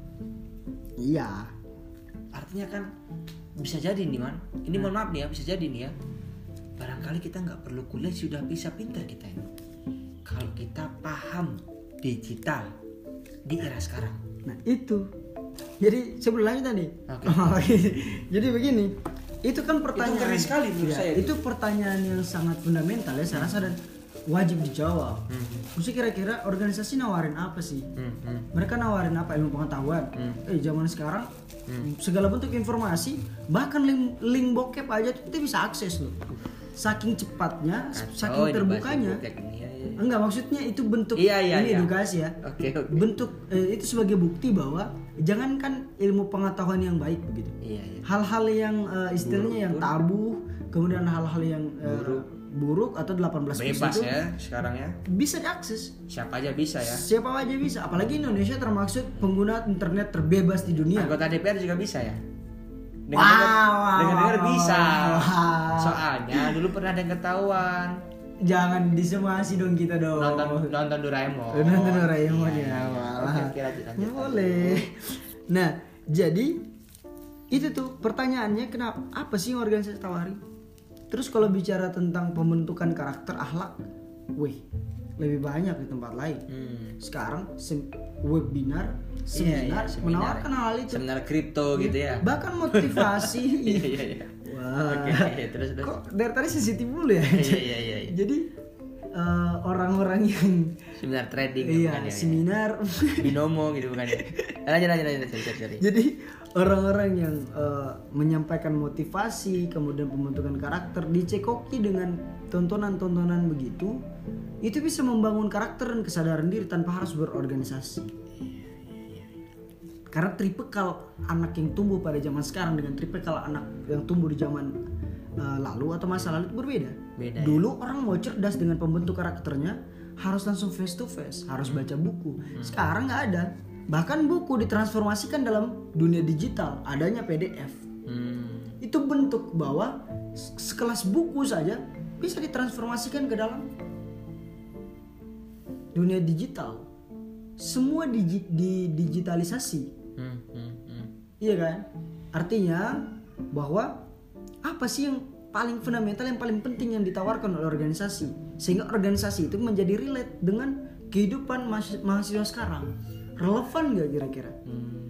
Iya. Artinya kan bisa jadi nih man, ini mohon maaf nih ya, bisa jadi nih ya, barangkali kita nggak perlu kuliah sudah bisa pintar kita ini kalau kita paham digital di era sekarang. Nah itu. Jadi sebelum lanjut tadi. Oke. Jadi begini. Itu kan pertanyaan. Itu ngeri sekali menurut ya, saya. Itu pertanyaan yang sangat fundamental ya saya rasa dan wajib dijawab. Hmm. Mesti kira-kira organisasi nawarin apa sih? Hmm, hmm. Mereka nawarin apa? Ilmu pengetahuan. Hmm. Eh zaman sekarang segala bentuk informasi, bahkan link, link bokep aja tuh kita bisa akses loh. Saking cepatnya, saking terbukanya. Ya, ya. Enggak, maksudnya itu bentuk Iya, iya, ini iya. edukasi ya. Oke, oke. Bentuk eh, itu sebagai bukti bahwa jangankan ilmu pengetahuan yang baik begitu. Iya, iya. Hal-hal yang eh, istilahnya yang tabu, kemudian hal-hal yang eh, Buruk. buruk atau delapan belas plus Bebas itu ya sekarang ya. bisa diakses. Siapa aja bisa ya. Siapa aja bisa, apalagi Indonesia termasuk pengguna internet terbebas di dunia. Anggota D P R juga bisa ya. Wow, wow, Dengar-dengar wow, bisa. wow. Soalnya dulu pernah ada yang ketahuan. Jangan disemasi dong kita dong. Nonton nonton Doraemon. Nonton Doraemon Iya, ya, iya. malah. Oke, oke, lanjut, lanjut, Boleh. Nah, jadi itu tuh pertanyaannya kenapa apa sih yang organisasi tawari? Terus kalau bicara tentang pembentukan karakter akhlak, weh, lebih banyak di tempat lain. Hmm. Sekarang sem- webinar, Iya, iya, seminar, seminar menawarkan ya. hal itu. Seminar kripto gitu ya. Bahkan motivasi. Iya, iya, iya. Wah. Oke, iya, terus terus. Kok dari tadi sensitif mulu ya? Iya, iya, iya, iya. Jadi eh, orang-orang yang Seminar trading iya, bukan ya. seminar. Binomo gitu bukan ya. Lanjut lanjut lanjut sorry, sorry, sorry. Jadi orang-orang yang eh, menyampaikan motivasi, kemudian pembentukan karakter dicekoki dengan tontonan-tontonan begitu, itu bisa membangun karakter dan kesadaran diri tanpa harus berorganisasi. Karena tipikal anak yang tumbuh pada zaman sekarang dengan tipikal anak yang tumbuh di zaman uh, lalu atau masa lalu itu berbeda. Beda, Dulu orang mau cerdas dengan pembentuk karakternya harus langsung face to face, harus baca buku. Sekarang nggak ada. Bahkan buku ditransformasikan dalam dunia digital, adanya P D F. Hmm. Itu bentuk bahwa sekelas buku saja bisa ditransformasikan ke dalam dunia digital. Semua digi- di digitalisasi. Hmm, hmm, hmm. Iya kan? Artinya bahwa apa sih yang paling fundamental, yang paling penting yang ditawarkan oleh organisasi sehingga organisasi itu menjadi relate dengan kehidupan mahas- mahasiswa sekarang. Relevan gak kira-kira? Hmm.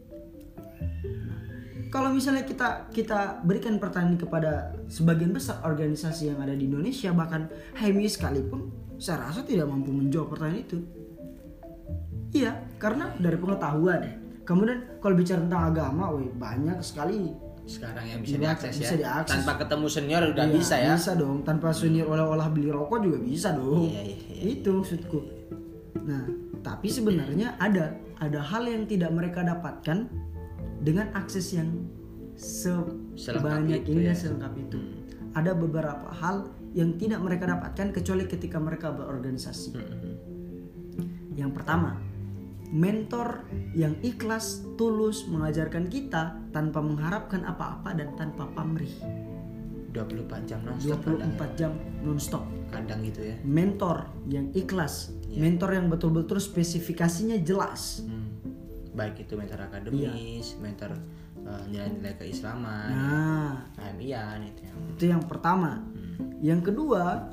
Kalau misalnya kita kita berikan pertanyaan kepada sebagian besar organisasi yang ada di Indonesia, bahkan H M I sekalipun, saya rasa tidak mampu menjawab pertanyaan itu. Iya, karena dari pengetahuan. Kemudian kalau bicara tentang agama, weh, banyak sekali Sekarang yang bisa Bisa- diakses bisa ya. diakses. Tanpa ketemu senior udah Iya, bisa ya. Bisa dong, tanpa senior olah-olah beli rokok juga bisa dong. Iya, iya, iya. Itu maksudku. Nah, tapi sebenarnya ada ada hal yang tidak mereka dapatkan dengan akses yang sebanyak itu ini ya. dan selengkap itu. Ada beberapa hal yang tidak mereka dapatkan kecuali ketika mereka berorganisasi. Hmm. Yang pertama, mentor yang ikhlas, tulus mengajarkan kita tanpa mengharapkan apa-apa dan tanpa pamrih. dua puluh empat jam dua nonstop puluh kadang. empat jam nonstop. Kadang gitu ya. Mentor yang ikhlas, Iya. mentor yang betul-betul spesifikasinya jelas. Hmm. Baik itu mentor akademis, mentor uh, nilai-nilai keislaman, Nah, H M I-an itu yang. itu yang pertama. Hmm. Yang kedua,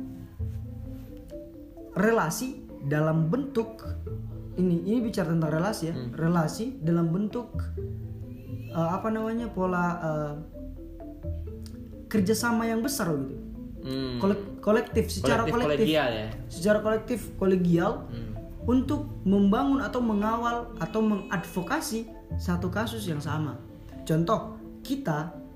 relasi dalam bentuk ini ini bicara tentang relasi ya. Hmm. Relasi dalam bentuk uh, apa namanya? pola uh, kerjasama yang besar gitu. Hmm. Kolek- kolektif secara Kolektif kolektif, kolegial ya. secara kolektif kolegial Hmm. untuk membangun atau mengawal atau mengadvokasi satu kasus yang sama. Contoh, kita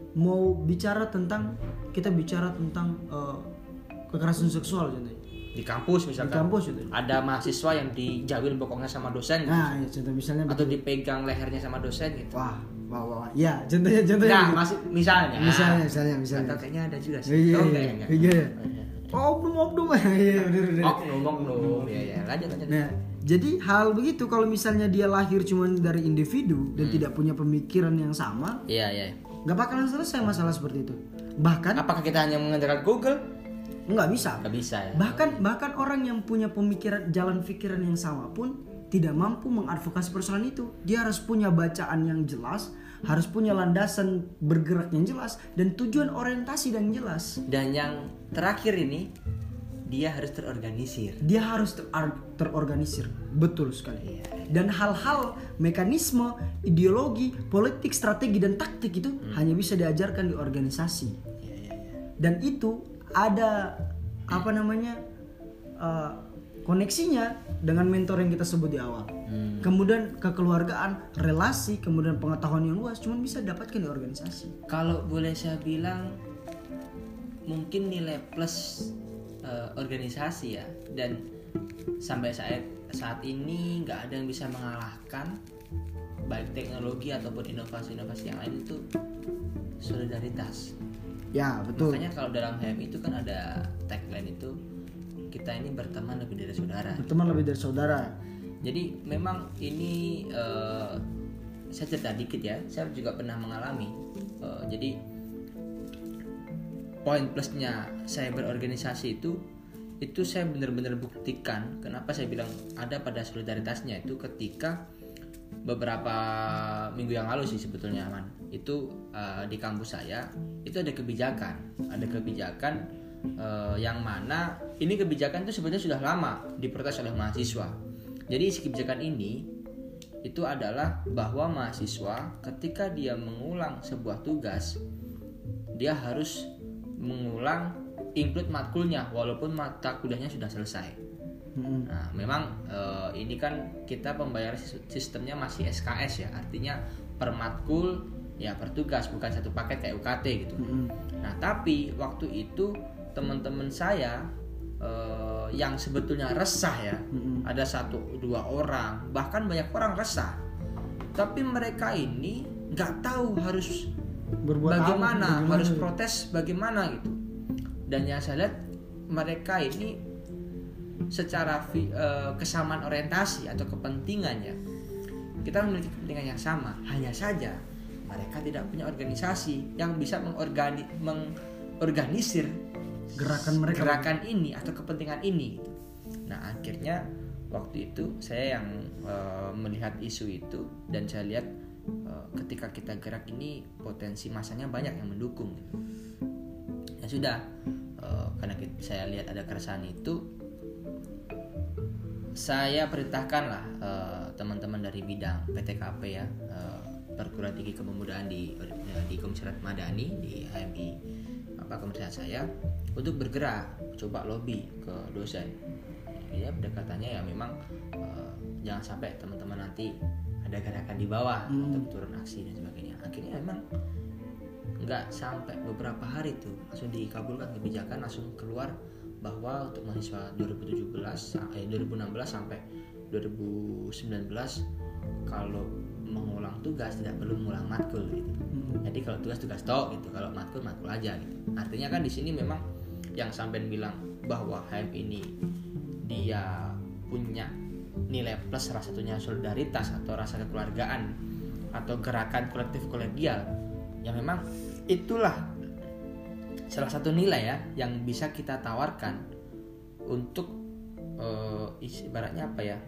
mau bicara tentang kita bicara tentang uh, kekerasan seksual contohnya di kampus misalkan di kampus itu ada mahasiswa yang dijawil bokongnya sama dosen gitu. Nah, ya, contoh misalnya atau betul. dipegang lehernya sama dosen gitu. Wah, wah, wah, wah. Ya, contohnya contohnya. Nah, gitu. masih misalnya. Misalnya, misalnya, misalnya. Atau kayaknya ada juga sih. Oh, iya, oh, iya, enggak, iya, iya. Oh, oknum, oknum. Iya, benar, benar. Oknum, oknum. Iya, iya. Lanjut, lanjut. Nah, jadi hal begitu kalau misalnya dia lahir cuma dari individu dan hmm. tidak punya pemikiran yang sama, iya, iya. Nggak bakalan selesai masalah seperti itu. Bahkan apakah kita hanya mengandalkan Google? Nggak bisa. Nggak bisa ya. Bahkan bahkan orang yang punya pemikiran jalan pikiran yang sama pun tidak mampu mengadvokasi persoalan itu. Dia harus punya bacaan yang jelas, harus punya landasan bergerak yang jelas dan tujuan orientasi yang jelas. Dan yang terakhir ini dia harus terorganisir. Dia harus ter- terorganisir. Betul sekali. Dan hal-hal mekanisme, ideologi, politik, strategi dan taktik itu hmm. hanya bisa diajarkan di organisasi. Ya, ya, ya. Dan itu ada apa namanya uh, koneksinya dengan mentor yang kita sebut di awal. Hmm. Kemudian kekeluargaan, relasi, kemudian pengetahuan yang luas cuma bisa didapatkan di organisasi. Kalau boleh saya bilang mungkin nilai plus uh, organisasi ya, dan sampai saat saat ini nggak ada yang bisa mengalahkan baik teknologi ataupun inovasi-inovasi yang lain itu solidaritas. Ya betul. Makanya kalau dalam H M I itu kan ada tagline itu kita ini berteman lebih dari saudara. Berteman lebih dari saudara. Jadi memang ini uh, saya cerita dikit ya. Saya juga pernah mengalami. Uh, jadi poin plusnya saya berorganisasi itu itu saya benar-benar buktikan kenapa saya bilang ada pada solidaritasnya itu ketika beberapa minggu yang lalu sih sebetulnya Man itu uh, di kampus saya itu ada kebijakan ada kebijakan uh, yang mana ini kebijakan itu sebenarnya sudah lama diprotes oleh mahasiswa. Jadi isi kebijakan ini itu adalah bahwa mahasiswa ketika dia mengulang sebuah tugas dia harus mengulang include matkulnya walaupun mata kuliahnya sudah selesai. Nah, memang uh, ini kan kita pembayaran sistemnya masih S K S ya, artinya per matkul ya per tugas bukan satu paket kayak U K T gitu. Mm-hmm. Nah, tapi waktu itu teman-teman saya uh, yang sebetulnya resah ya, mm-hmm. ada satu dua orang, bahkan banyak orang resah. Tapi mereka ini nggak tahu harus berbuat bagaimana, apa, harus protes bagaimana gitu. Dan yang saya lihat mereka ini secara uh, kesamaan orientasi atau kepentingannya kita memiliki kepentingan yang sama, hanya saja mereka tidak punya organisasi yang bisa mengorgani, mengorganisir gerakan mereka gerakan ini atau kepentingan ini. Nah akhirnya waktu itu saya yang uh, melihat isu itu dan saya lihat uh, ketika kita gerak ini potensi masanya banyak yang mendukung. Ya sudah uh, karena kita, saya lihat ada keresahan itu, saya perintahkanlah uh, teman-teman dari bidang P T K P ya, uh, perguruan tinggi kepemudaan di uh, di Komisariat Madani di H M I apa komisariat saya untuk bergerak coba lobby ke dosen. Ya pendekatannya ya memang uh, jangan sampai teman-teman nanti ada gerakan di bawah hmm. untuk turun aksi dan sebagainya. Akhirnya memang nggak sampai beberapa hari tuh langsung dikabulkan kebijakan, langsung keluar bahwa untuk mahasiswa dua ribu tujuh belas eh dua ribu enam belas sampai dua ribu sembilan belas kalau mengulang tugas tidak perlu mengulang matkul gitu. Hmm. Jadi kalau tugas tugas tok gitu, kalau matkul matkul aja gitu. Artinya kan di sini memang yang sampean bilang bahwa H M ini dia punya nilai plus salah satunya solidaritas atau rasa kekeluargaan atau gerakan kolektif kolegial. Ya memang itulah salah satu nilai ya yang bisa kita tawarkan untuk uh, ibaratnya apa ya,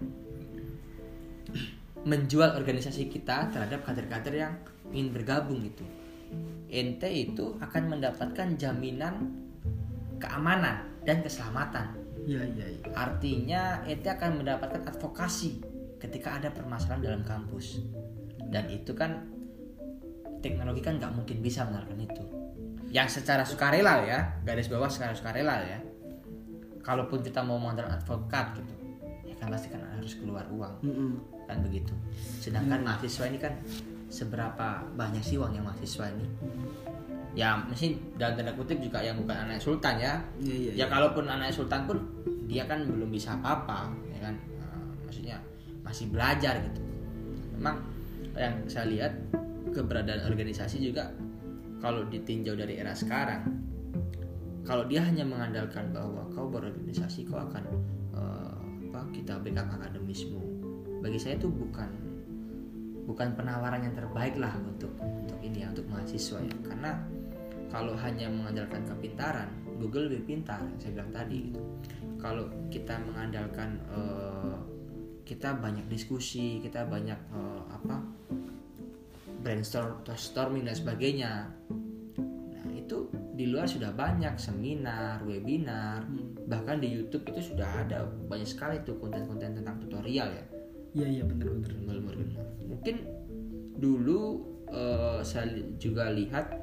menjual organisasi kita terhadap kader-kader yang ingin bergabung gitu. Ente itu akan mendapatkan jaminan keamanan dan keselamatan. Ya, ya, ya. Artinya ente akan mendapatkan advokasi ketika ada permasalahan dalam kampus. Dan itu kan teknologi kan nggak mungkin bisa menawarkan itu. Yang secara sukarela ya, garis bawah secara sukarela ya. Kalaupun kita mau mengandalkan advokat gitu, ya kan pasti kan harus keluar uang, mm-hmm. kan begitu. Sedangkan mm-hmm. mahasiswa ini kan seberapa banyak sih uangnya mahasiswa ini. Ya mesti dalam tanda kutip juga yang bukan anak sultan ya. Iya, iya, Ya kalaupun anak sultan pun dia kan belum bisa apa-apa, ya kan. Uh, maksudnya masih belajar gitu. Memang yang saya lihat keberadaan organisasi juga kalau ditinjau dari era sekarang, kalau dia hanya mengandalkan bahwa kau berorganisasi kau akan uh, apa kita backup akademismu, bagi saya itu bukan bukan penawaran yang terbaik lah untuk untuk ini ya, untuk mahasiswa ya. Karena kalau hanya mengandalkan kepintaran, Google lebih pintar yang saya bilang tadi gitu. Kalau kita mengandalkan uh, kita banyak diskusi, kita banyak uh, apa brainstorming dan sebagainya. Nah itu di luar sudah banyak seminar, webinar, hmm. bahkan di YouTube itu sudah ada banyak sekali tuh konten-konten tentang tutorial ya. Iya iya benar-benar. Mungkin dulu uh, saya juga lihat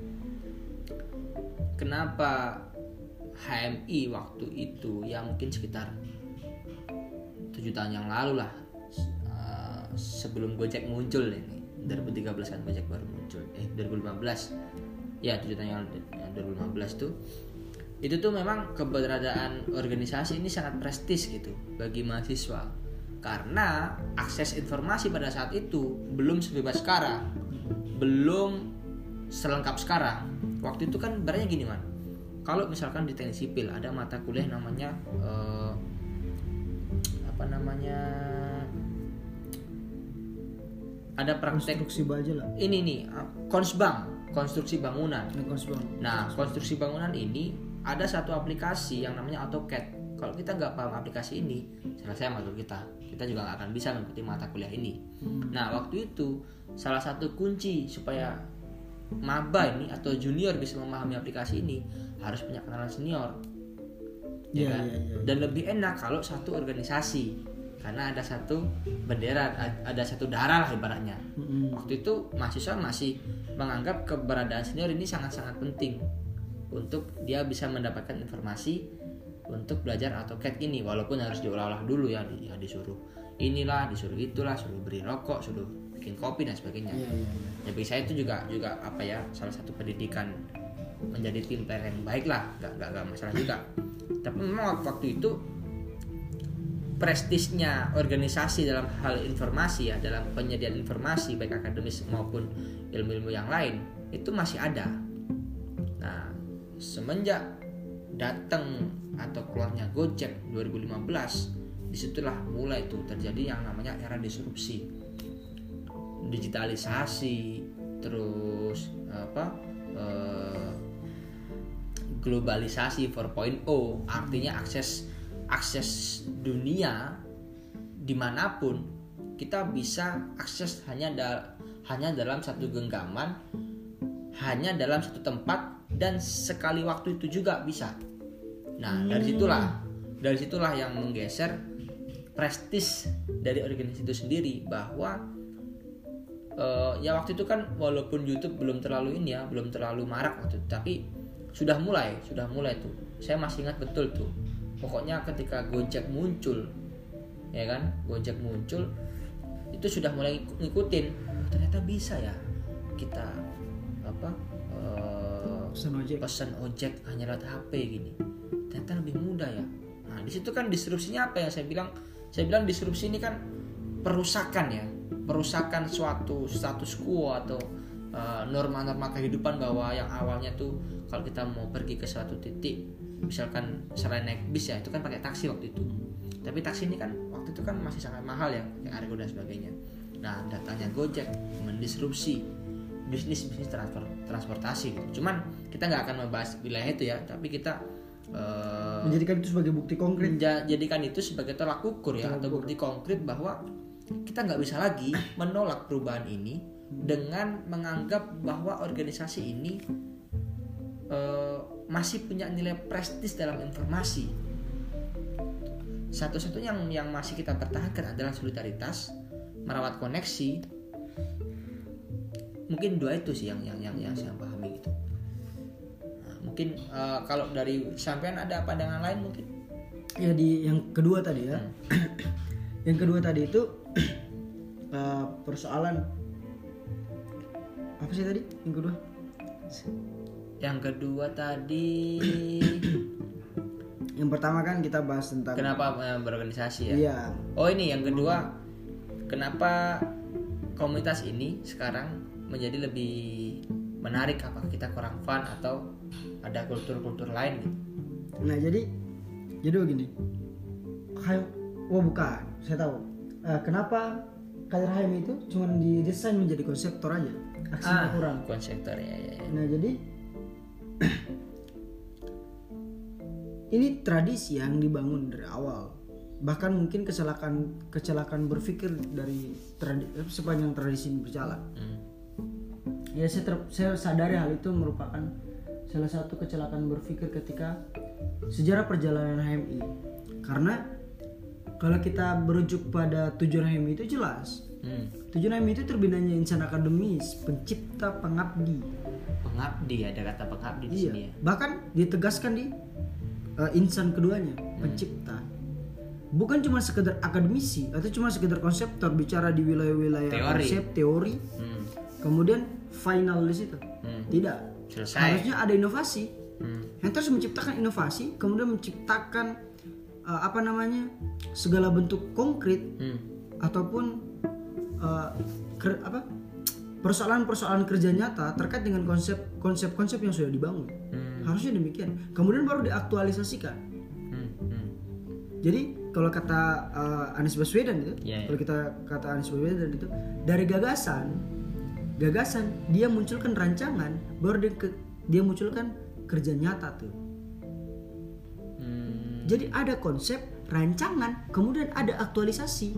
kenapa H M I waktu itu ya mungkin sekitar tujuh tahun yang lalu lah, uh, sebelum Gojek muncul ini dua ribu tiga belas kan Gojek baru muncul eh dua ribu lima belas ya tujuh tahun yang lalu dua ribu lima belas tuh itu tuh memang keberadaan organisasi ini sangat prestis gitu bagi mahasiswa karena akses informasi pada saat itu belum sebebas sekarang, belum selengkap sekarang. Waktu itu kan ibaratnya gini man, kalau misalkan di teknik sipil ada mata kuliah namanya uh, apa namanya ada praktek konstruksi baja lah. Ini nih konsbang, konstruksi bangunan. Nah, konsbang. Nah, konstruksi bangunan ini ada satu aplikasi yang namanya AutoCAD. Kalau kita nggak paham aplikasi ini, saya maksud kita, kita juga nggak akan bisa mengikuti mata kuliah ini. Hmm. Nah, waktu itu salah satu kunci supaya maba ini atau junior bisa memahami aplikasi ini harus punya kenalan senior. Ya, yeah, kan? yeah, yeah. Dan lebih enak kalau satu organisasi. Karena ada satu bendera, ada satu darah lah ibaratnya. Mm-hmm. Waktu itu mahasiswa masih menganggap keberadaan senior ini sangat-sangat penting untuk dia bisa mendapatkan informasi untuk belajar AutoCAD ini, walaupun harus diolah-olah dulu ya, ya disuruh inilah, disuruh itulah, suruh beri rokok, suruh bikin kopi dan sebagainya. Yeah, yeah, yeah. Ya bagi saya itu juga juga apa ya salah satu pendidikan menjadi tim player yang baik lah, nggak nggak nggak masalah juga. Tapi memang waktu itu prestisnya organisasi dalam hal informasi ya, dalam penyediaan informasi baik akademis maupun ilmu-ilmu yang lain itu masih ada. Nah, semenjak datang atau keluarnya Gojek dua ribu lima belas, disitulah mulai tuh terjadi yang namanya era disrupsi, digitalisasi, terus apa eh, globalisasi empat titik nol, artinya akses akses dunia dimanapun kita bisa akses hanya da- hanya dalam satu genggaman, hanya dalam satu tempat dan sekali waktu itu juga bisa. Nah dari situlah dari situlah yang menggeser prestis dari organisasi itu sendiri bahwa uh, ya waktu itu kan walaupun YouTube belum terlalu ini ya belum terlalu marak waktu itu, tapi sudah mulai sudah mulai tuh. Saya masih ingat betul tuh. Pokoknya ketika Gojek muncul, ya kan, Gojek muncul, itu sudah mulai ngikutin. Oh, ternyata bisa ya kita apa uh, pesan ojek. pesan ojek hanya lewat H P gini. Ternyata lebih mudah ya. Nah di situ kan disrupsinya apa ya? Saya bilang, saya bilang disrupsi ini kan perusakan ya, perusakan suatu status quo atau uh, norma-norma kehidupan bahwa yang awalnya tuh kalau kita mau pergi ke suatu titik, misalkan selain naik bis ya itu kan pakai taksi waktu itu, tapi taksi ini kan waktu itu kan masih sangat mahal ya, yang argo dan sebagainya. Nah datangnya Gojek mendisrupsi bisnis bisnis transport, transportasi gitu. Cuman kita nggak akan membahas wilayah itu ya, tapi kita uh, menjadikan itu sebagai bukti konkret, menjadikan itu sebagai tolak ukur ya, tolak atau bukti konkret bahwa kita nggak bisa lagi menolak perubahan ini dengan menganggap bahwa organisasi ini Uh, masih punya nilai prestis dalam informasi. Satu-satunya yang, yang masih kita pertahankan adalah solidaritas, merawat koneksi. Mungkin dua itu sih yang yang yang, yang saya pahami gitu. Nah, mungkin uh, kalau dari sampean ada pandangan lain mungkin? Ya di yang kedua tadi ya. Hmm. Yang kedua tadi itu uh, persoalan Apa sih tadi yang kedua? Yang kedua tadi Yang pertama kan kita bahas tentang kenapa eh, berorganisasi ya? Iya. Oh ini yang kedua, kenapa komunitas ini sekarang menjadi lebih menarik? Apakah kita kurang fun atau ada kultur-kultur lain gitu? Nah jadi jadi begini. Kayak, oh bukan, saya tahu. Eh, kenapa K J R H M itu cuma didesain menjadi konseptor aja, aksinya Ah, kurang. konseptor ya, ya, ya. Nah jadi ini tradisi yang dibangun dari awal. Bahkan mungkin kecelakaan kecelakaan berpikir dari tradi- sepanjang tradisi ini berjalan. Hmm. Ya saya, ter- saya sadari hal itu merupakan salah satu kecelakaan berpikir ketika sejarah perjalanan H M I. Karena kalau kita berujuk pada tujuan H M I itu jelas. Hmm. Tujuan H M I itu terbinanya insan akademis, pencipta, pengabdi. Pengabdi, ada kata pengabdi di Iya. sini ya. Bahkan ditegaskan di uh, insan keduanya, pencipta. Bukan cuma sekedar akademisi atau cuma sekedar konseptor bicara di wilayah-wilayah Teori. konsep teori. Hmm. Kemudian final di situ. Hmm. Tidak. Selesai. Harusnya ada inovasi. Hmm. Yang terus menciptakan inovasi, kemudian menciptakan uh, apa namanya segala bentuk konkret Hmm. ataupun uh, ker- apa persoalan-persoalan kerja nyata terkait dengan konsep konsep-konsep yang sudah dibangun. Hmm. Harusnya demikian. Kemudian baru diaktualisasikan. Hmm. Hmm. Jadi kalau kata uh, Anies Baswedan itu, Ya, ya. kalau kita kata Anies Baswedan itu dari gagasan, gagasan dia munculkan rancangan, baru dia, ke- dia munculkan kerja nyata tuh. Hmm. Jadi ada konsep, rancangan, kemudian ada aktualisasi.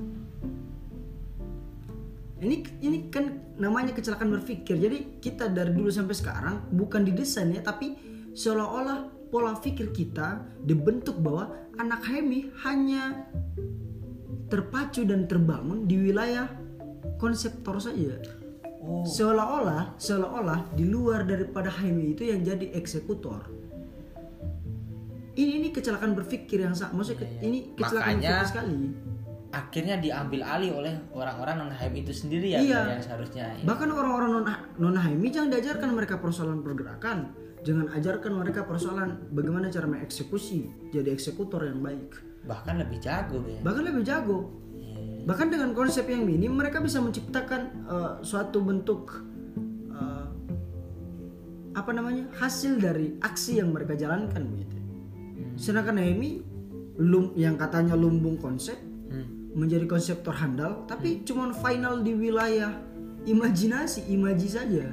Ini ini kan namanya kecelakaan berpikir. Jadi kita dari dulu sampai sekarang bukan didesain ya, tapi seolah-olah pola pikir kita dibentuk bahwa anak H M I hanya terpacu dan terbangun di wilayah konseptor saja. Oh. Seolah-olah, seolah-olah di luar daripada H M I itu yang jadi eksekutor. Ini ini kecelakaan berpikir yang sa- maksudnya Iya, iya. ini kecelakaan Makanya- berpikir sekali. Akhirnya diambil alih oleh orang-orang non H M I itu sendiri ya, Iya. yang seharusnya. Ya. Bahkan orang-orang non non H M I jangan diajarkan mereka persoalan pergerakan, jangan ajarkan mereka persoalan bagaimana cara mengeksekusi jadi eksekutor yang baik. Bahkan lebih jago ya. Bahkan lebih jago. Iya. Bahkan dengan konsep yang minim mereka bisa menciptakan uh, suatu bentuk uh, apa namanya hasil dari aksi yang mereka jalankan begitu. Sedangkan H M I lum, yang katanya lumbung konsep Hmm. menjadi konseptor handal, tapi cuman final di wilayah imajinasi, imaji saja.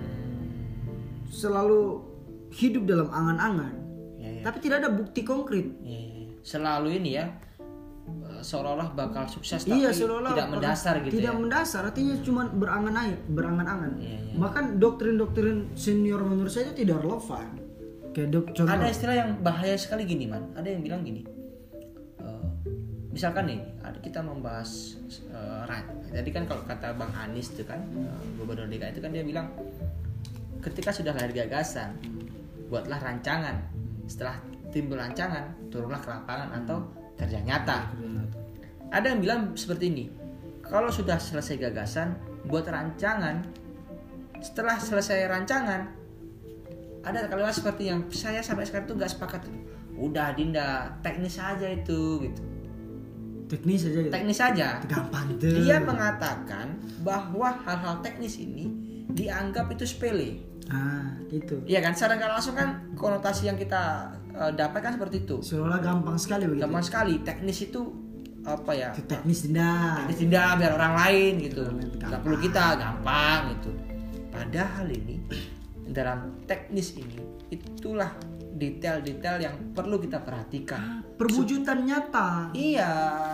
Selalu hidup dalam angan-angan, Ya, ya. tapi tidak ada bukti konkret. Ya, ya, ya. Selalu ini ya eh, seolah-olah bakal sukses tapi Iya, seolah-olah tidak mendasar gitu tidak ya. mendasar, artinya cuma berangan-angan, berangan-angan. Iya, iya. Bahkan doktrin-doktrin senior menurut saya itu tidak relevan. Kayak dok, contoh. Ada istilah yang bahaya sekali gini man. Ada yang bilang gini. eh, misalkan nih, ada kita membahas eh, ran- Jadi kan kalau kata Bang Anies itu kan eh, Gubernur D K I itu kan dia bilang ketika sudah lahir gagasan, buatlah rancangan. Setelah timbul rancangan, turunlah ke lapangan atau kerja nyata. Ada yang bilang seperti ini. Kalau sudah selesai gagasan, buat rancangan. Setelah selesai rancangan, ada kalimat seperti yang saya sampai sekarang tuh nggak sepakat. Udah Dinda, teknis aja itu gitu. Teknis saja gitu. Teknis saja. Gampang tuh. Dia mengatakan bahwa hal-hal teknis ini dianggap itu sepele. Ah, itu. Iya kan? Secara nggak langsung kan konotasi yang kita uh, dapatkan seperti itu. Seolah gampang sekali begitu. Gampang sekali. Teknis itu apa ya? Itu teknis tidak. Teknis tidak biar orang lain gitu. Gampang. Nggak perlu kita gampang gitu. Padahal ini dalam teknis ini itulah detail-detail yang perlu kita perhatikan. Perwujudan nyata. Iya.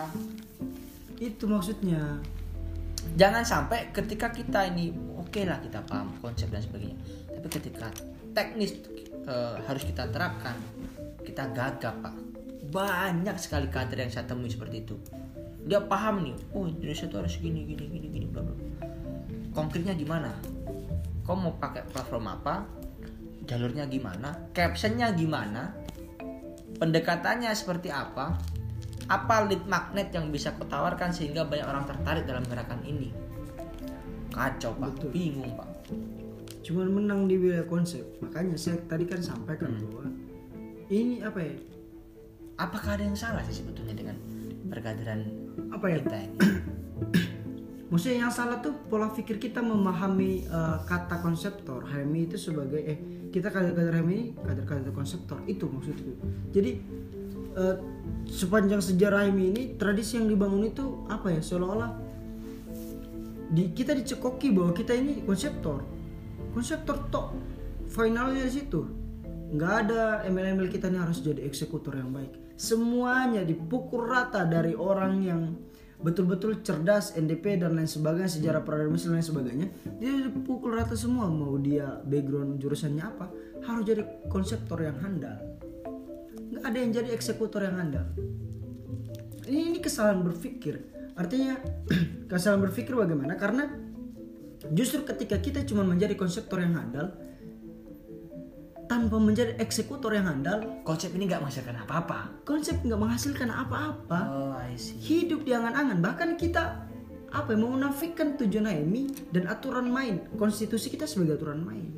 Itu maksudnya. Jangan sampai ketika kita ini oke lah kita paham konsep dan sebagainya, tapi ketika teknis e, harus kita terapkan, kita gagap pak. Banyak sekali kader yang saya temui seperti itu. Dia paham nih, oh Indonesia itu harus gini gini gini gini bla bla. Konkretnya gimana? Kau mau pakai platform apa? Jalurnya gimana? Captionnya gimana? Pendekatannya seperti apa? Apa lead magnet yang bisa kau tawarkan sehingga banyak orang tertarik dalam gerakan ini? Kacau pak, Betul. bingung pak. cuman menang di wilayah konsep. Makanya saya tadi kan sampaikan hmm. bahwa ini apa ya? Apakah ada yang salah sih sebetulnya dengan perkaderan apa ya? kita ini? Maksudnya yang salah tuh pola pikir kita memahami uh, kata konseptor H M I itu sebagai eh kita kader-kader H M I ini kader-kader konseptor itu maksudku. Jadi uh, sepanjang sejarah H M I ini tradisi yang dibangun itu apa ya, seolah-olah di, kita dicekoki bahwa kita ini konseptor konseptor tok finalnya di situ. Nggak ada email-email kita ini harus jadi eksekutor yang baik. Semuanya dipukul rata dari orang yang betul-betul cerdas, N D P dan lain sebagainya, sejarah peradaban dan lain sebagainya. Dia dipukul rata semua, mau dia background jurusannya apa, harus jadi konseptor yang handal. Nggak ada yang jadi eksekutor yang handal. Ini, ini kesalahan berpikir. Artinya kesalahan berpikir bagaimana? Karena justru ketika kita cuma menjadi konseptor yang handal tanpa menjadi eksekutor yang handal, konsep ini nggak menghasilkan apa-apa. Konsep nggak menghasilkan apa-apa. Oh, I see. Hidup di angan-angan. Bahkan kita apa ya, memunafikkan tujuan H M I dan aturan main. Konstitusi kita sebagai aturan main.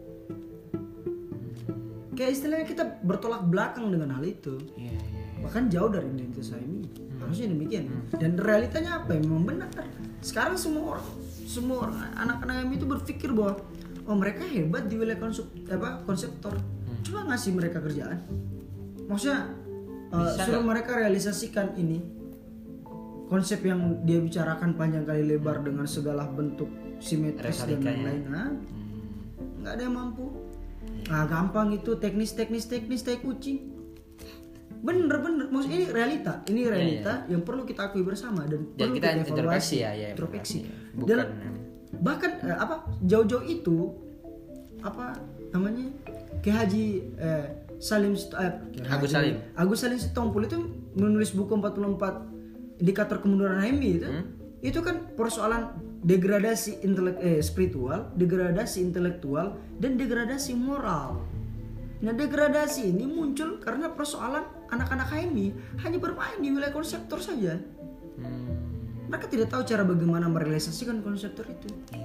Kayak istilahnya kita bertolak belakang dengan hal itu. Yeah, yeah, yeah. Bahkan jauh dari identitas H M I. Hmm. Harusnya demikian. Hmm. Dan realitanya apa ya? Memang benar. Sekarang semua orang, semua orang anak-anak H M I itu berpikir bahwa oh mereka hebat di wilayah konsep, apa, konseptor. Hmm. Coba ngasih mereka kerjaan. Maksudnya uh, suruh mereka realisasikan ini konsep yang dia bicarakan panjang kali lebar dengan segala bentuk simetris dan lain-lain. Nah, hmm. nggak ada yang mampu. Ah gampang itu teknis-teknis teknis tai kucing. Bener-bener, maksud ini realita, ini realita ya, ya. yang perlu kita akui bersama dan, dan perlu kita, kita evaluasi, ya, ya, introspeksi. Ya. Bukan, dan bahkan eh, apa jauh-jauh itu apa namanya K Haji eh, Salim eh, Agus Salim Agus Salim Sitompul itu menulis buku empat puluh empat indikator kemunduran H M I itu hmm? itu kan persoalan degradasi intelek eh, spiritual, degradasi intelektual dan degradasi moral. Nah degradasi ini muncul karena persoalan anak-anak H M I hanya bermain di wilayah konseptor saja. Hmm. Mereka tidak tahu cara bagaimana merealisasikan konseptor itu.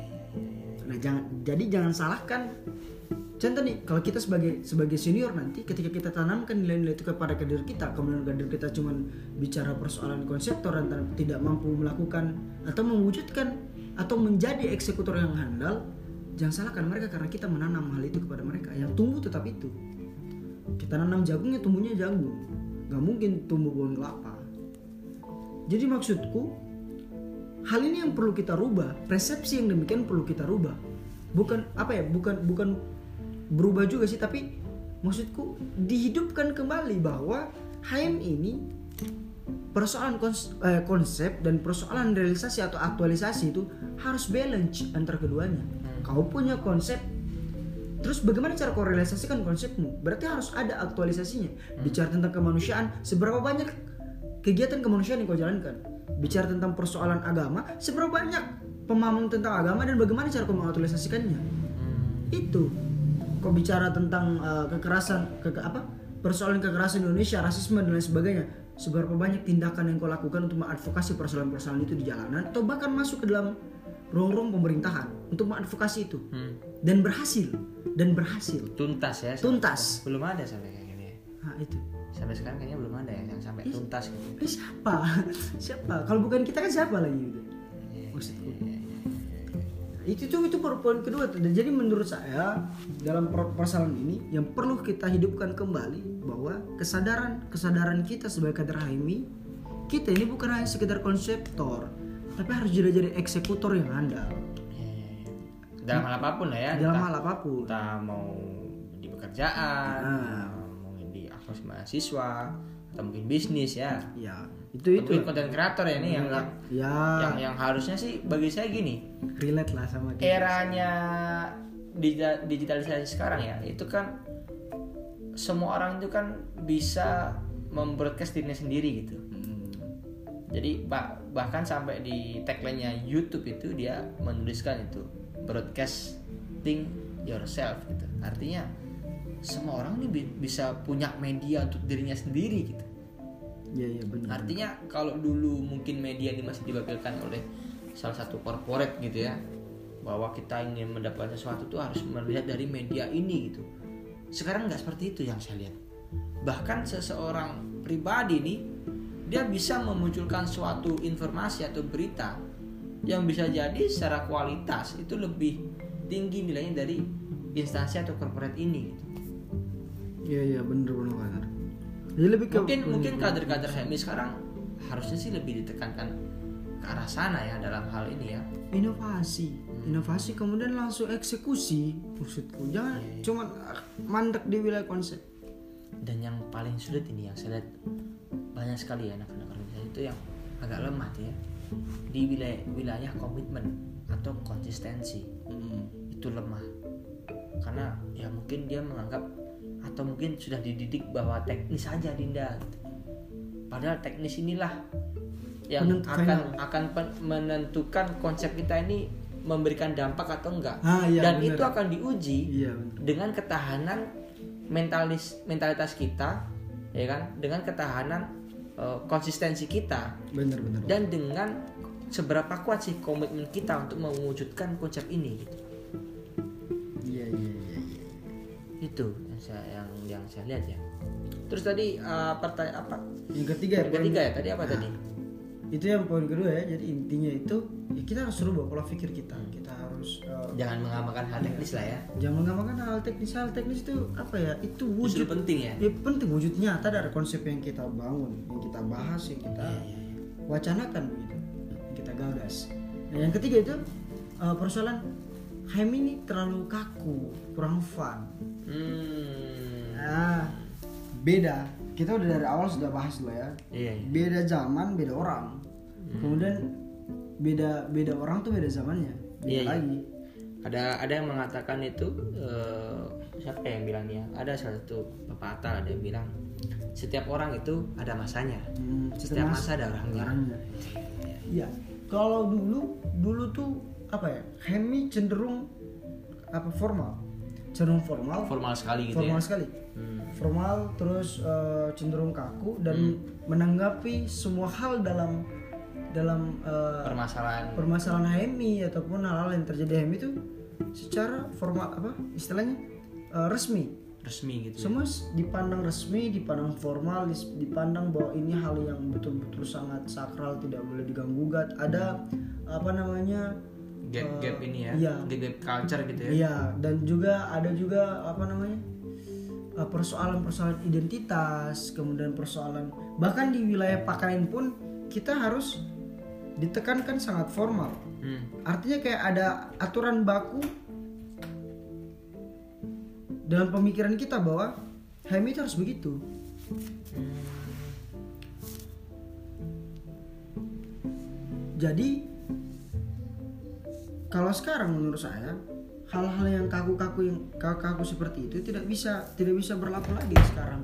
Nah jangan, jadi jangan salahkan. Contoh nih, kalau kita sebagai sebagai senior nanti, ketika kita tanamkan nilai-nilai itu kepada kader kita, kemudian kader kita cuma bicara persoalan konseptor dan tidak mampu melakukan atau mewujudkan atau menjadi eksekutor yang handal, jangan salahkan mereka karena kita menanam hal itu kepada mereka. Yang tumbuh tetap itu. Kita nanam jagungnya, tumbuhnya jagung. Gak mungkin tumbuh pohon kelapa. Jadi maksudku, hal ini yang perlu kita rubah. Persepsi yang demikian perlu kita rubah. Bukan apa ya? Bukan bukan berubah juga sih, tapi maksudku dihidupkan kembali bahwa H M I ini persoalan konsep dan persoalan realisasi atau aktualisasi itu harus balance antara keduanya. Kau punya konsep, terus bagaimana cara kau realisasikan konsepmu? Berarti harus ada aktualisasinya. Bicara tentang kemanusiaan, seberapa banyak kegiatan kemanusiaan yang kau jalankan? Bicara tentang persoalan agama, seberapa banyak pemahaman tentang agama dan bagaimana cara kau mengaktualisasikannya? Itu. Kau bicara tentang uh, kekerasan, ke, apa? Persoalan kekerasan Indonesia, rasisme dan lain sebagainya. Seberapa banyak tindakan yang kau lakukan untuk mengadvokasi persoalan-persoalan itu di jalanan atau bahkan masuk ke dalam ruang-ruang pemerintahan untuk mengadvokasi itu. Hmm. Dan berhasil dan berhasil. Tuntas ya. Tuntas. Belum ada sampai kayak gini. Nah, itu. Sampai sekarang kayaknya belum ada ya yang sampai eh, tuntas gitu. Eh, siapa? Siapa? Kalau bukan kita kan siapa lagi gitu. Maksudku. Itu tuh itu poin kedua tuh. Jadi menurut saya dalam persoalan ini yang perlu kita hidupkan kembali bahwa kesadaran kesadaran kita sebagai kader H M I, kita ini bukan hanya sekedar konseptor, tapi harus jadi jadi eksekutor yang handal. Dalam hal apapun lah ya. Dalam hal apapun. Kita mau di pekerjaan, nah. mungkin di aktivitas mahasiswa atau mungkin bisnis ya. Ya. Itu itu konten kreator ya nih yang ya. yang yang harusnya sih bagi saya gini, relate lah sama kita. Eranya digital, digitalisasi sekarang ya, itu kan semua orang itu kan bisa membroadcast dirinya sendiri gitu. Hmm. Jadi bah, bahkan sampai di tagline-nya YouTube itu dia menuliskan itu broadcasting yourself gitu. Artinya semua orang ini bi- bisa punya media untuk dirinya sendiri gitu. Ya, ya, benar. Artinya kalau dulu mungkin media ini masih diwakilkan oleh salah satu corporate gitu ya, bahwa kita ingin mendapatkan sesuatu tuh harus melihat dari media ini gitu. Sekarang nggak seperti itu yang saya lihat. Bahkan seseorang pribadi nih, dia bisa memunculkan suatu informasi atau berita yang bisa jadi secara kualitas itu lebih tinggi nilainya dari instansi atau corporate ini gitu. Iya iya bener bener bener. Jadi lebih ke mungkin mungkin kader-kader H M I sekarang harusnya sih lebih ditekankan ke arah sana ya dalam hal ini ya. Inovasi, hmm. inovasi kemudian langsung eksekusi maksudku. Jangan yeah, yeah. cuma mandek di wilayah konsep. Dan yang paling sulit ini yang saya lihat banyak sekali ya anak-anak organisasi itu yang agak lemah tuh ya di wilayah wilayah komitmen atau konsistensi. Hmm. Itu lemah. Karena ya mungkin dia menganggap atau mungkin sudah dididik bahwa teknis saja Dinda gitu. Padahal teknis inilah yang Menentukan akan final. akan menentukan konsep kita ini memberikan dampak atau enggak. Ah, iya, dan bener. itu akan diuji iya, dengan ketahanan mentalis mentalitas kita, ya kan, dengan ketahanan uh, konsistensi kita. Bener, bener, dan dengan seberapa kuat sih komitmen kita untuk mewujudkan konsep ini gitu. Iya iya iya. iya. Itu yang saya yang yang saya lihat ya. Terus tadi uh, pertanyaan apa? Yang ketiga yang ketiga ya tadi apa nah, tadi? Itu yang poin kedua ya. Jadi intinya itu ya kita harus rubah pola pikir kita. Kita harus uh, jangan mengamalkan hal teknis ya. lah ya. Jangan mengamalkan hal teknis. Hal teknis itu apa ya? Itu wujud justru penting ya. Ya penting wujud nyata dari konsep yang kita bangun, yang kita bahas, yang kita ya, ya, ya. wacanakan begitu. Yang kita gagas. Nah, yang ketiga itu uh, persoalan H M I ini terlalu kaku, kurang fun. Hmm. Nah, beda. Kita udah dari awal sudah bahas lah ya. Iya, iya. Beda zaman, beda orang. Hmm. Kemudian beda beda orang tuh beda zamannya. Beda iya, lagi. Iya. Ada ada yang mengatakan itu uh, siapa yang bilangnya? Ada salah satu pepatah ada yang bilang setiap orang itu ada masanya. Hmm, setiap masa, masa ada orangnya. orangnya. Iya. Kalau dulu dulu tuh apa ya? H M I cenderung apa formal. Cenderung formal. Formal sekali gitu formal ya. sekali. Hmm. Formal terus uh, cenderung kaku dan hmm. menanggapi semua hal dalam dalam uh, permasalahan permasalahan H M I ataupun hal-hal yang terjadi H M I itu secara formal apa istilahnya uh, resmi resmi gitu. Semua ya? Dipandang resmi, dipandang formal, dipandang bahwa ini hal yang betul-betul sangat sakral, tidak boleh diganggu-gugat. Ada apa namanya gap-gap uh, ini ya, iya, gap culture gitu ya. Iya, dan juga ada juga apa namanya uh, persoalan-persoalan identitas, kemudian persoalan bahkan di wilayah pakaian pun kita harus ditekankan sangat formal. Hmm. Artinya kayak ada aturan baku dalam pemikiran kita bahwa H M I itu harus begitu. Hmm. Jadi kalau sekarang menurut saya hal-hal yang kaku-kaku yang kaku-kaku seperti itu tidak bisa tidak bisa berlaku lagi sekarang.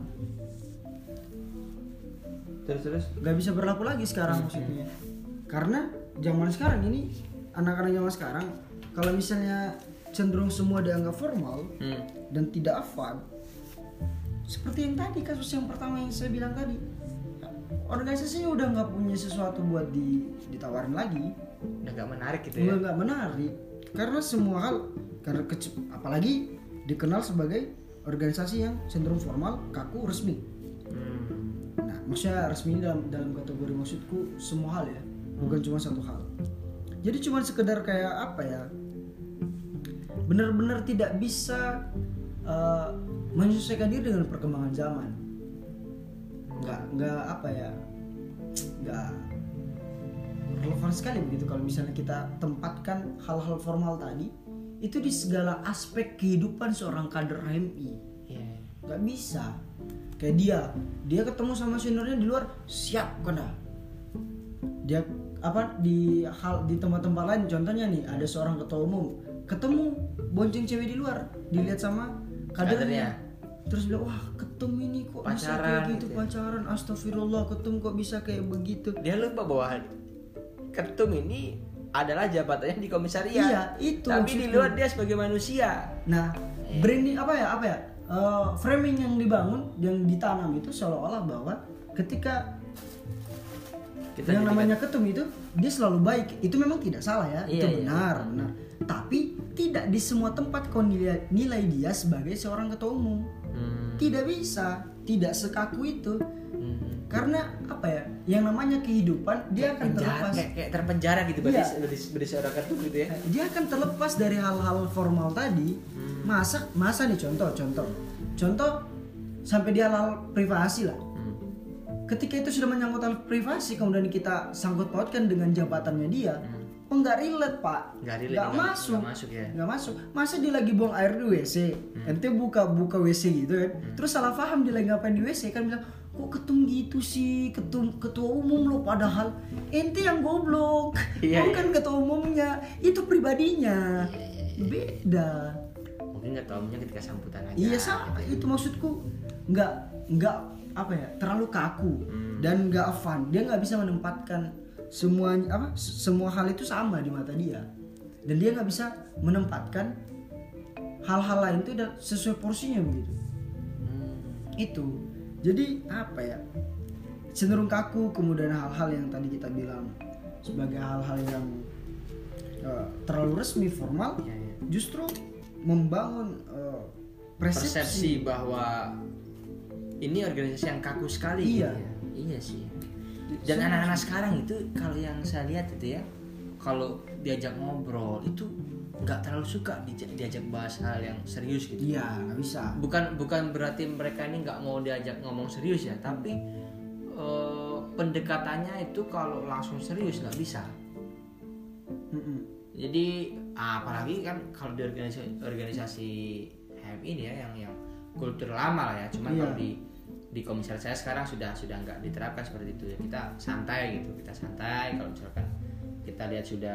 Terus-terus nggak bisa berlaku lagi sekarang hmm. maksudnya. Karena zaman sekarang ini anak-anak zaman sekarang kalau misalnya cenderung semua dianggap formal hmm. dan tidak fun, seperti yang tadi kasus yang pertama yang saya bilang tadi, organisasinya udah nggak punya sesuatu buat di, ditawarin lagi, udah nggak menarik gitu udah ya, nggak menarik karena semua hal karena kece- apalagi dikenal sebagai organisasi yang cenderung formal, kaku, resmi. Hmm. Nah, maksudnya resmi dalam dalam kategori maksudku semua hal ya, bukan cuma satu hal. Jadi cuma sekedar kayak apa ya? Benar-benar tidak bisa uh, menyesuaikan diri dengan perkembangan zaman. Nggak nggak apa ya? Nggak relevan sekali begitu kalau misalnya kita tempatkan hal-hal formal tadi itu di segala aspek kehidupan seorang kader H M I. Yeah. Nggak bisa. Kayak dia, dia ketemu sama seniornya di luar, siap kena. Dia apa di hal di tempat-tempat lain, contohnya nih ada seorang ketua umum ketemu bonceng cewek di luar, dilihat sama kadernya, terus bilang wah ketum ini kok pacaran, bisa kayak gitu, gitu pacaran, astagfirullah ketum kok bisa kayak begitu. Dia lupa bahwa ketum ini adalah jabatannya di komisariat. Iya itu. Tapi di luar dia sebagai manusia. Nah eh. branding apa ya apa ya uh, framing yang dibangun yang ditanam itu seolah-olah bahwa ketika Kita yang jadikan- namanya ketum itu dia selalu baik, itu memang tidak salah ya, Iya, itu iya. benar benar. Tapi tidak di semua tempat kau nilai, nilai dia sebagai seorang ketua umum. Hmm. Tidak bisa, tidak sekaku itu. Hmm. Karena apa ya? Yang namanya kehidupan dia akan Penjara, terlepas. kayak, kayak terpenjara gitu berarti Iya. berarti, berarti seorang ketum gitu ya. Dia akan terlepas dari hal-hal formal tadi. Hmm. Masa masa nih contoh contoh contoh sampai di hal-hal privasi lah. Hmm. Ketika itu sudah menyangkut hal privasi, kemudian kita sangkut pautkan dengan jabatannya dia, Hmm. oh nggak relate pak, Nggak relate, nggak nggak- masuk, nggak masuk ya. nggak masuk. Masa dia lagi buang air di W C, ente buka buka W C gitu kan, terus salah paham dia lagi ngapain di W C kan bilang, kok ketum gitu sih, ketum ketua umum lo, padahal ente yang goblok, Iya, bukan ketua umumnya, itu pribadinya, Iya, iya, iya. beda. Mungkin nggak tahunya ketika sambutan aja. Iya sama, itu maksudku nggak nggak apa ya terlalu kaku Hmm. dan nggak fun. Dia nggak bisa menempatkan semua apa semua hal itu sama di mata dia, dan dia nggak bisa menempatkan hal-hal lain itu udah sesuai porsinya begitu. Hmm. Itu jadi apa ya cenderung kaku, kemudian hal-hal yang tadi kita bilang sebagai hal-hal yang eh, terlalu resmi formal Iya, iya. justru membangun eh, persepsi. Persepsi bahwa ini organisasi yang kaku sekali. Iya. gitu ya. Iya sih. Dan Sama- anak-anak sekarang itu kalau yang saya lihat itu ya, kalau diajak ngobrol itu nggak terlalu suka di- diajak bahas hal yang serius gitu. Iya, nggak bisa. Bukan bukan berarti mereka ini nggak mau diajak ngomong serius ya, tapi eh, pendekatannya itu kalau langsung serius nggak bisa. Mm-mm. Jadi apalagi kan kalau di organisasi organisasi H M I ini ya yang yang kultur lama lah ya. Cuman Iya. kalau di di komisaris saya sekarang sudah sudah nggak diterapkan seperti itu ya. Kita santai gitu, kita santai. Kalau misalkan kita lihat sudah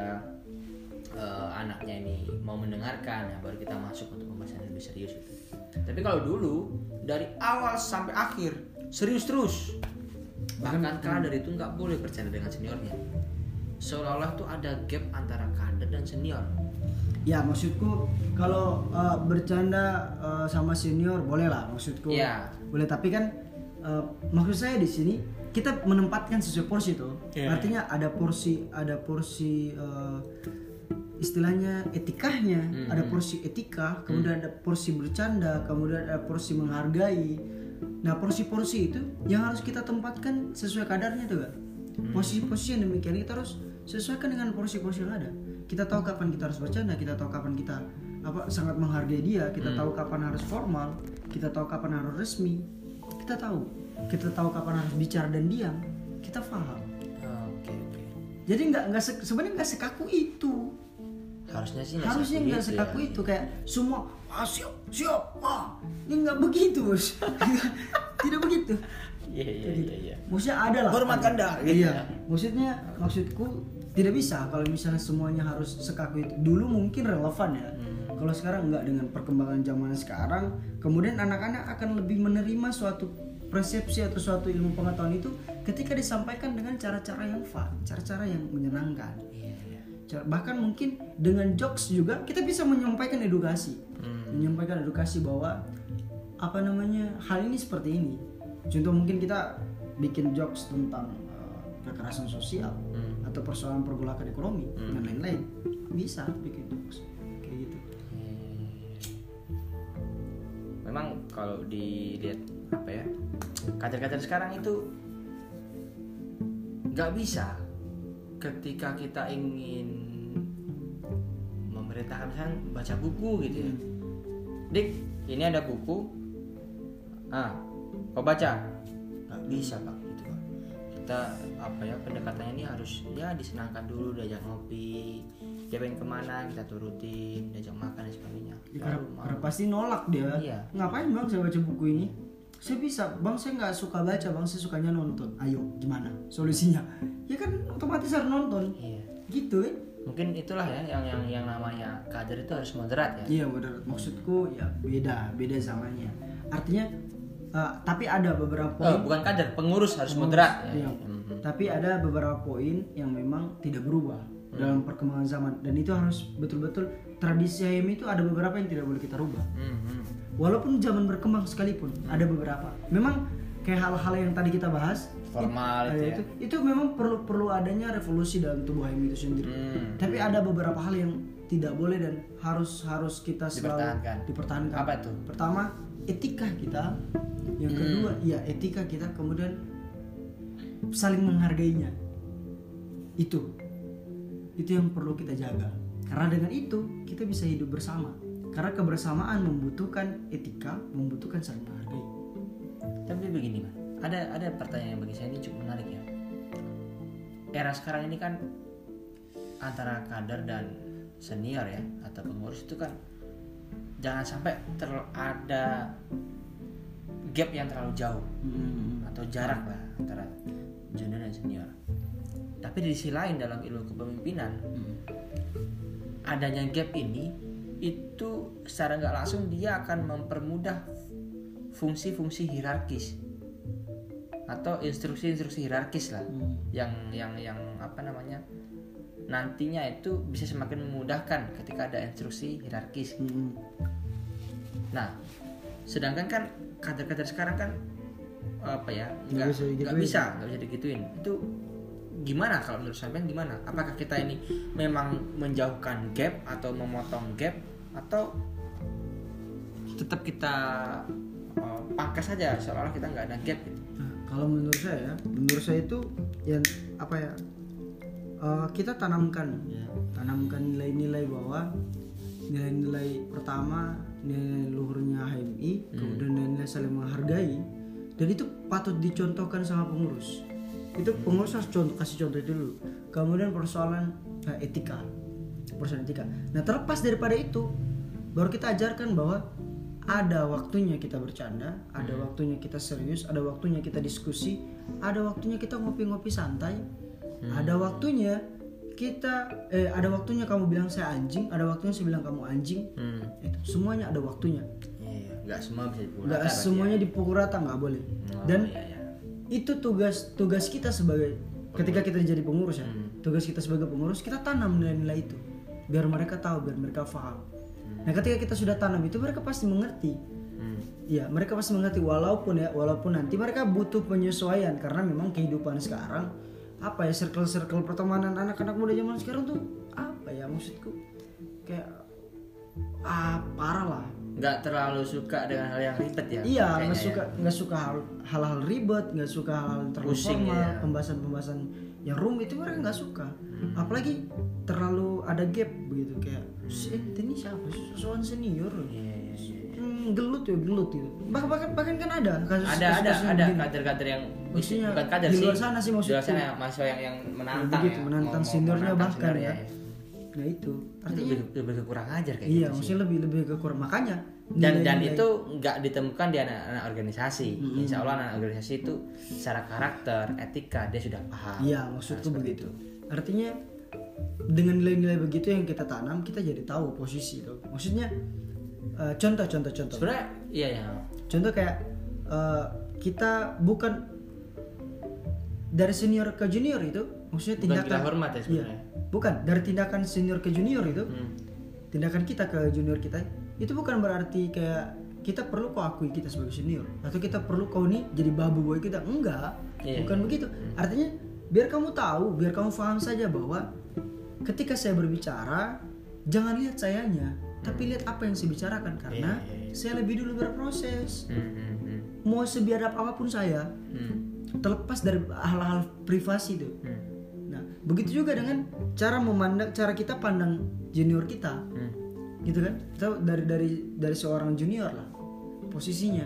eh, anaknya ini mau mendengarkan, ya baru kita masuk untuk pembahasan yang lebih serius itu. Tapi kalau dulu dari awal sampai akhir serius terus. Bahkan kader itu nggak boleh bercanda dengan seniornya. Seolah-olah tuh ada gap antara kader dan senior. Ya maksudku kalau uh, bercanda uh, sama senior boleh lah maksudku. Iya. Boleh, tapi kan uh, maksud saya di sini kita menempatkan sesuai porsi tuh. Iya. Artinya ada porsi ada porsi uh, istilahnya etikanya, Hmm. ada porsi etika, kemudian ada porsi bercanda, kemudian ada porsi menghargai. Nah porsi-porsi itu yang harus kita tempatkan sesuai kadarnya tuh kan. Posisi-posisi yang demikian kita harus sesuaikan dengan porsi-porsi yang ada. Kita tahu kapan kita harus bercanda, kita tahu kapan kita apa sangat menghargai dia, kita tahu kapan harus formal, kita tahu kapan harus resmi, kita tahu, kita tahu kapan harus bicara dan diam, kita paham. Oke oke. Jadi nggak nggak se- sebenarnya nggak sekaku itu. Harusnya sih nggak Harusnya seperti nggak itu sekaku ya. itu kayak semua ah, siap siap ah ini nggak begitu bos. Tidak begitu. Iya iya iya iya. Maksudnya ada lah. Hormat ada. Anda, gitu Iya. ya. Maksudnya maksudku tidak bisa kalau misalnya semuanya harus sekaku itu. Dulu mungkin relevan ya. Hmm. Kalau sekarang enggak, dengan perkembangan zaman sekarang, kemudian anak-anak akan lebih menerima suatu persepsi atau suatu ilmu pengetahuan itu ketika disampaikan dengan cara-cara yang fun, cara-cara yang menyenangkan. Iya iya. Cara- Bahkan mungkin dengan jokes juga kita bisa menyampaikan edukasi. Hmm. Menyampaikan edukasi bahwa apa namanya hal ini seperti ini. Contoh mungkin kita bikin jokes tentang uh, kekerasan sosial Hmm. atau persoalan pergolakan ekonomi Hmm. dan lain-lain, bisa bikin jokes kayak gitu. Memang kalau dilihat apa ya, kader-kader sekarang itu nggak bisa ketika kita ingin memerintahkan misalnya baca buku gitu ya. Dik, ini ada buku, ah, kau baca? Nggak bisa pak, gitu pak. Kita apa ya pendekatannya ini harus ya disenangkan dulu, diajak ngopi, dia pengen kemana kita turutin, diajak makan dan sebagainya. Ya, karena, Baru mau. karena pasti nolak dia. Iya. Ngapain bang saya baca buku ini? Saya bisa, bang saya nggak suka baca, bang saya sukanya nonton. Ayo, gimana solusinya? Ya kan otomatis harus nonton. Iya. Gitu kan? Mungkin itulah ya yang yang yang namanya kader itu harus moderat ya. Iya benar. Maksudku ya beda, beda zamannya. Artinya, uh, tapi ada beberapa Oh, poin. bukan kader, pengurus harus moderat ya. Iya. Mhm. Tapi ada beberapa poin yang memang tidak berubah dalam perkembangan zaman, dan itu harus betul-betul tradisi H M I itu ada beberapa yang tidak boleh kita rubah. Mhm. Walaupun zaman berkembang sekalipun ada beberapa. Memang kayak hal-hal yang tadi kita bahas formal it, itu, ya. itu itu memang perlu perlu adanya revolusi dalam tubuh H M I itu sendiri. Hmm. Tapi ada beberapa hal yang tidak boleh dan harus harus kita selalu Dipertahankan. dipertahankan. Apa itu? Pertama, etika kita. Yang Hmm. kedua, ya etika kita, kemudian saling menghargainya. Itu. Itu yang perlu kita jaga. Karena dengan itu kita bisa hidup bersama. Karena kebersamaan membutuhkan etika, membutuhkan saling menghargai. Tapi begini Mas, ada ada pertanyaan yang bagi saya ini cukup menarik ya. Era sekarang ini kan antara kader dan senior ya atau pengurus itu kan jangan sampai ter ada gap yang terlalu jauh Hmm. atau jarak lah antara junior dan senior. Tapi di sisi lain dalam ilmu kepemimpinan Hmm. adanya gap ini itu secara nggak langsung dia akan mempermudah fungsi-fungsi hierarkis atau instruksi-instruksi hierarkis lah Hmm. yang yang yang apa namanya nantinya itu bisa semakin memudahkan ketika ada instruksi hierarkis. Hmm. Nah, sedangkan kan kader-kader sekarang kan apa ya Nggak nggak bisa nggak digituin. bisa nggak bisa digituin. Itu gimana kalau menurut sampean gimana? Apakah kita ini memang menjauhkan gap atau memotong gap atau tetap kita uh, pangkas saja seolah-olah kita nggak ada gap gitu? Nah, kalau menurut saya, menurut saya itu yang apa ya? eh, kita tanamkan, ya, tanamkan nilai-nilai bahwa nilai-nilai pertama nilai luhurnya H M I, Hmm. kemudian nilai saling menghargai, dan itu patut dicontohkan sama pengurus. Itu pengurus harus contoh, kasih contoh itu dulu. Kemudian persoalan eh, etika, persoalan etika. Nah terlepas daripada itu, baru kita ajarkan bahwa ada waktunya kita bercanda, ada Hmm. waktunya kita serius, ada waktunya kita diskusi, ada waktunya kita ngopi-ngopi santai, Hmm. ada waktunya kita eh ada waktunya kamu bilang saya anjing, ada waktunya saya bilang kamu anjing. Hmm. Itu semuanya ada waktunya. Iya, nggak semua bisa dipukul Nggak rata berarti semuanya ya. dipukul rata, nggak boleh. Oh, Dan iya, iya. itu tugas tugas kita sebagai ketika kita jadi pengurus ya, Hmm. tugas kita sebagai pengurus kita tanam nilai-nilai itu biar mereka tahu, biar mereka paham. Nah ketika kita sudah tanam itu mereka pasti mengerti. Hmm. Ya mereka pasti mengerti walaupun ya walaupun nanti mereka butuh penyesuaian karena memang kehidupan sekarang apa ya circle-circle pertemanan anak-anak muda zaman sekarang tuh apa ya maksudku kayak ah parah lah. Nggak terlalu suka dengan hal yang ribet ya? Iya, kayaknya nggak suka ya. nggak suka hal, hal-hal ribet, nggak suka hal yang terlalu Pusing formal, ya. pembahasan-pembahasan yang rumit itu mereka nggak suka. Apalagi terlalu ada gap begitu kayak, eh ini siapa? Sosokan senior loh. Iya, iya, iya. Hmm, gelut ya gelut gitu. Bahkan bahkan, bahkan kan ada kasus Ada ada kasus yang ada begini. kader-kader yang Maksudnya bukan kader di sih. luar sana sih maksudku. Di luar sana mahasiswa yang yang menantang begitu, ya. menantang Mau- mau seniornya menantang bahkan seniornya, ya. Nah itu Itu artinya lebih, lebih ke kurang ajar kayak iya gitu sih. maksudnya lebih lebih ke kurang makanya dan dan nilai-nilai- itu nggak ditemukan di anak-anak organisasi. Mm-mm. Insya Allah anak organisasi itu secara karakter, etika dia sudah paham. iya Nah, maksudku seperti begitu. Artinya dengan nilai-nilai begitu yang kita tanam kita jadi tahu posisi tuh. Maksudnya eh, contoh contoh contoh. Sebenarnya iya ya. Contoh kayak eh, kita bukan dari senior ke junior itu maksudnya Bukan tindakan kita hormat ya iya, sebenarnya. bukan dari tindakan senior ke junior itu Hmm. tindakan kita ke junior kita itu bukan berarti kayak kita perlu kau akui kita sebagai senior atau kita perlu kau nih jadi babu boy kita enggak Iya, bukan iya. begitu artinya biar kamu tahu biar kamu paham saja bahwa ketika saya berbicara jangan lihat sayanya tapi lihat apa yang saya bicarakan karena Iya, iya, iya. saya lebih dulu berproses Hmm, hmm, hmm. mau sebiadab apapun saya Hmm. terlepas dari hal-hal privasi itu. Hmm. Nah, begitu juga dengan cara memandang, cara kita pandang junior kita, Hmm. gitu kan? Kita dari dari dari seorang junior lah, posisinya.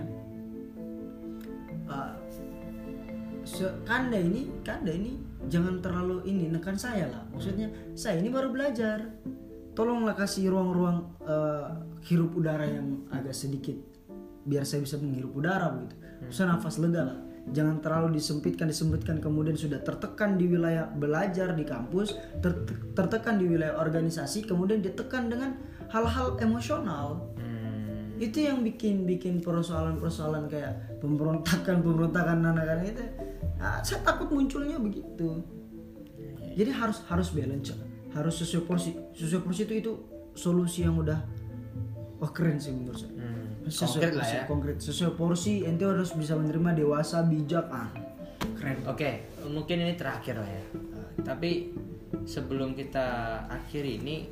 Uh, se- kanda ini, kanda ini jangan terlalu ini nekan saya lah. Maksudnya saya ini baru belajar. Tolonglah kasih ruang-ruang uh, hirup udara yang agak sedikit, biar saya bisa menghirup udara begitu. Bisa nafas lega lah. Jangan terlalu disempitkan disempitkan kemudian sudah tertekan di wilayah belajar di kampus, ter- tertekan di wilayah organisasi, kemudian ditekan dengan hal-hal emosional. Hmm. Itu yang bikin bikin persoalan-persoalan kayak pemberontakan pemberontakan anak-anak itu. Nah, saya takut munculnya begitu. Jadi harus harus balance, harus sesuai porsi. Sesuai porsi itu itu solusi yang udah wah keren sih menurut saya. Hmm. konkret lah ya. Konkret sesuai porsi, ente harus bisa menerima, dewasa, bijak. Ah, keren. Oke, okay, mungkin ini terakhir lah ya. Uh, tapi sebelum kita akhiri ini,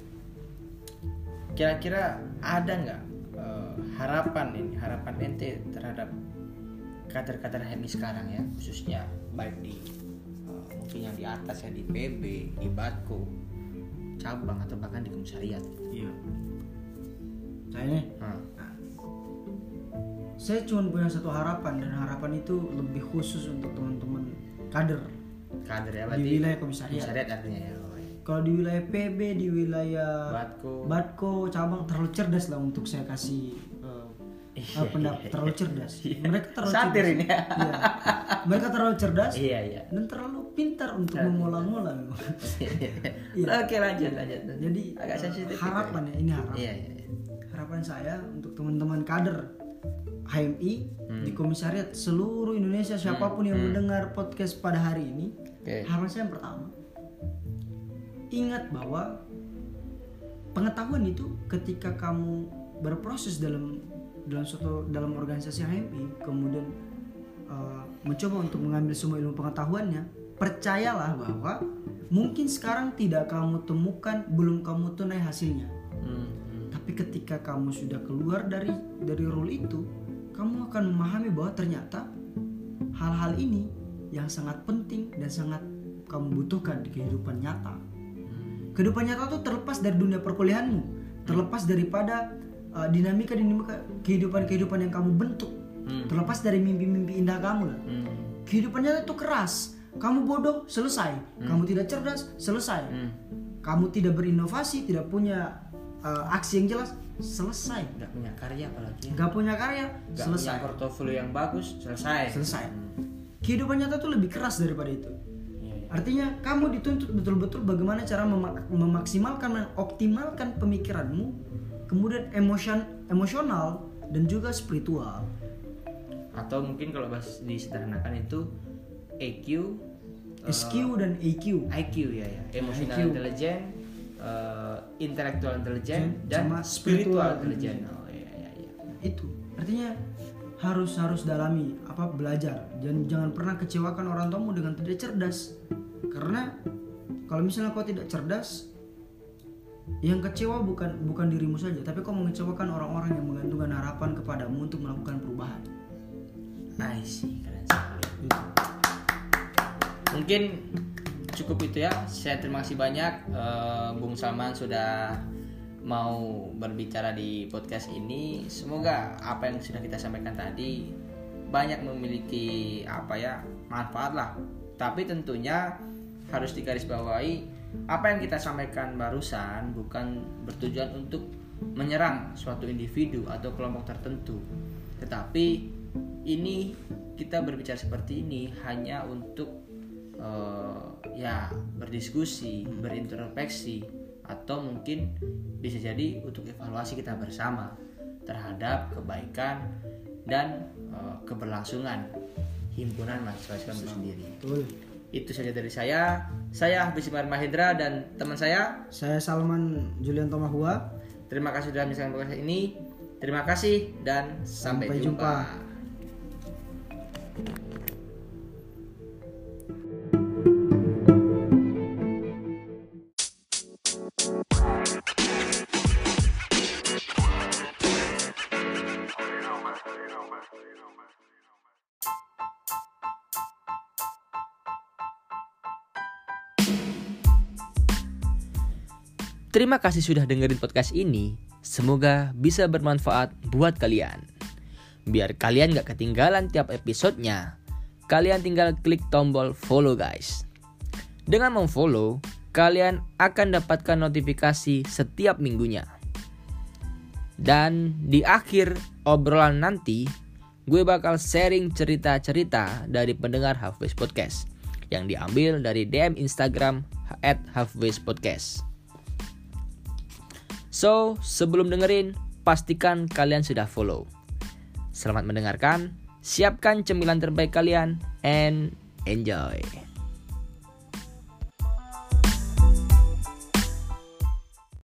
kira-kira ada nggak uh, harapan ini, harapan ente terhadap kader-kader H M I sekarang ya, khususnya baik di uh, mungkin yang di atas ya, di P B, di Batko, cabang atau bahkan di komisariat. Iya. Saya nih, Hmm. nah, saya cuma punya satu harapan, dan harapan itu lebih khusus untuk teman-teman kader Kader ya, di berarti wilayah komisariat. komisariat artinya ya. Oh, iya. Kalau di wilayah P B, di wilayah Batko, Batko cabang terlalu cerdas lah untuk saya kasih uh, uh, pendapat, terlalu cerdas. Mereka terlalu satir cerdas. ini ya. Iya. Mereka terlalu cerdas Iya iya. dan terlalu pintar untuk Terlalu mengolah-ngolah. Iya. Oke, lanjut lanjut. Jadi agak sensitif. harapan ya, ini harapan. Iya iya. Harapan saya untuk teman-teman kader H M I Hmm. di komisariat seluruh Indonesia, siapapun yang Hmm. mendengar podcast pada hari ini, Oke. harapan saya yang pertama, ingat bahwa pengetahuan itu ketika kamu berproses dalam dalam suatu dalam organisasi H M I, kemudian uh, mencoba untuk mengambil semua ilmu pengetahuannya, percayalah bahwa mungkin sekarang tidak kamu temukan, belum kamu tunai hasilnya. Hmm. Tapi ketika kamu sudah keluar dari dari role itu, kamu akan memahami bahwa ternyata hal-hal ini yang sangat penting dan sangat kamu butuhkan di kehidupan nyata. Kehidupan nyata itu terlepas dari dunia perkuliahanmu, terlepas daripada uh, dinamika dinamika kehidupan kehidupan yang kamu bentuk, Hmm. terlepas dari mimpi-mimpi indah kamu lah. Hmm. Kehidupan nyata itu keras. Kamu bodoh, selesai. Kamu tidak cerdas, selesai. Hmm. Kamu tidak berinovasi, tidak punya uh, aksi yang jelas, selesai. Gak punya karya apalagi. Gak punya karya, Gak selesai. punya portofolio yang bagus, selesai. Selesai. Hmm. Kehidupan nyata tuh lebih keras daripada itu. Iya, iya. Artinya kamu dituntut betul-betul bagaimana cara memak- memaksimalkan, mengoptimalkan pemikiranmu, kemudian emosion, emosional dan juga spiritual. Atau mungkin kalau bahas disederhanakan itu E Q, S Q dan A Q. I Q ya ya, emotional I Q. intelligence, uh, intellectual intelligence dan Sama spiritual spiritual intelligence. Oh iya iya iya. Itu artinya harus harus dalami, apa belajar. Jangan jangan pernah kecewakan orang tuamu dengan tidak cerdas. Karena kalau misalnya kau tidak cerdas, yang kecewa bukan bukan dirimu saja, tapi kau mengecewakan orang-orang yang menggantungkan harapan kepadamu untuk melakukan perubahan. I see, keren sekali. Mungkin cukup itu ya. Saya terima kasih banyak uh, Bung Salman sudah mau berbicara di podcast ini. Semoga apa yang sudah kita sampaikan tadi banyak memiliki apa ya manfaat lah. Tapi tentunya harus digarisbawahi, apa yang kita sampaikan barusan bukan bertujuan untuk menyerang suatu individu atau kelompok tertentu, tetapi ini kita berbicara seperti ini hanya untuk uh, ya berdiskusi, berintrospeksi, atau mungkin bisa jadi untuk evaluasi kita bersama terhadap kebaikan dan uh, keberlangsungan himpunan mahasiswa itu sendiri. Betul. Itu saja dari saya. Saya Hafiz Imar Mahendra dan teman saya. Saya Salman Julian Tomahua. Terima kasih sudah menyaksikan podcast ini. Terima kasih dan sampai, Sampai jumpa. jumpa. Terima kasih sudah dengerin podcast ini. Semoga bisa bermanfaat buat kalian. Biar kalian gak ketinggalan tiap episodenya, kalian tinggal klik tombol follow guys. Dengan memfollow, kalian akan dapatkan notifikasi setiap minggunya. Dan di akhir obrolan nanti, gue bakal sharing cerita-cerita dari pendengar Halfways Podcast yang diambil dari D M Instagram at halfways podcast. So, sebelum dengerin, pastikan kalian sudah follow. Selamat mendengarkan, siapkan cemilan terbaik kalian, and enjoy.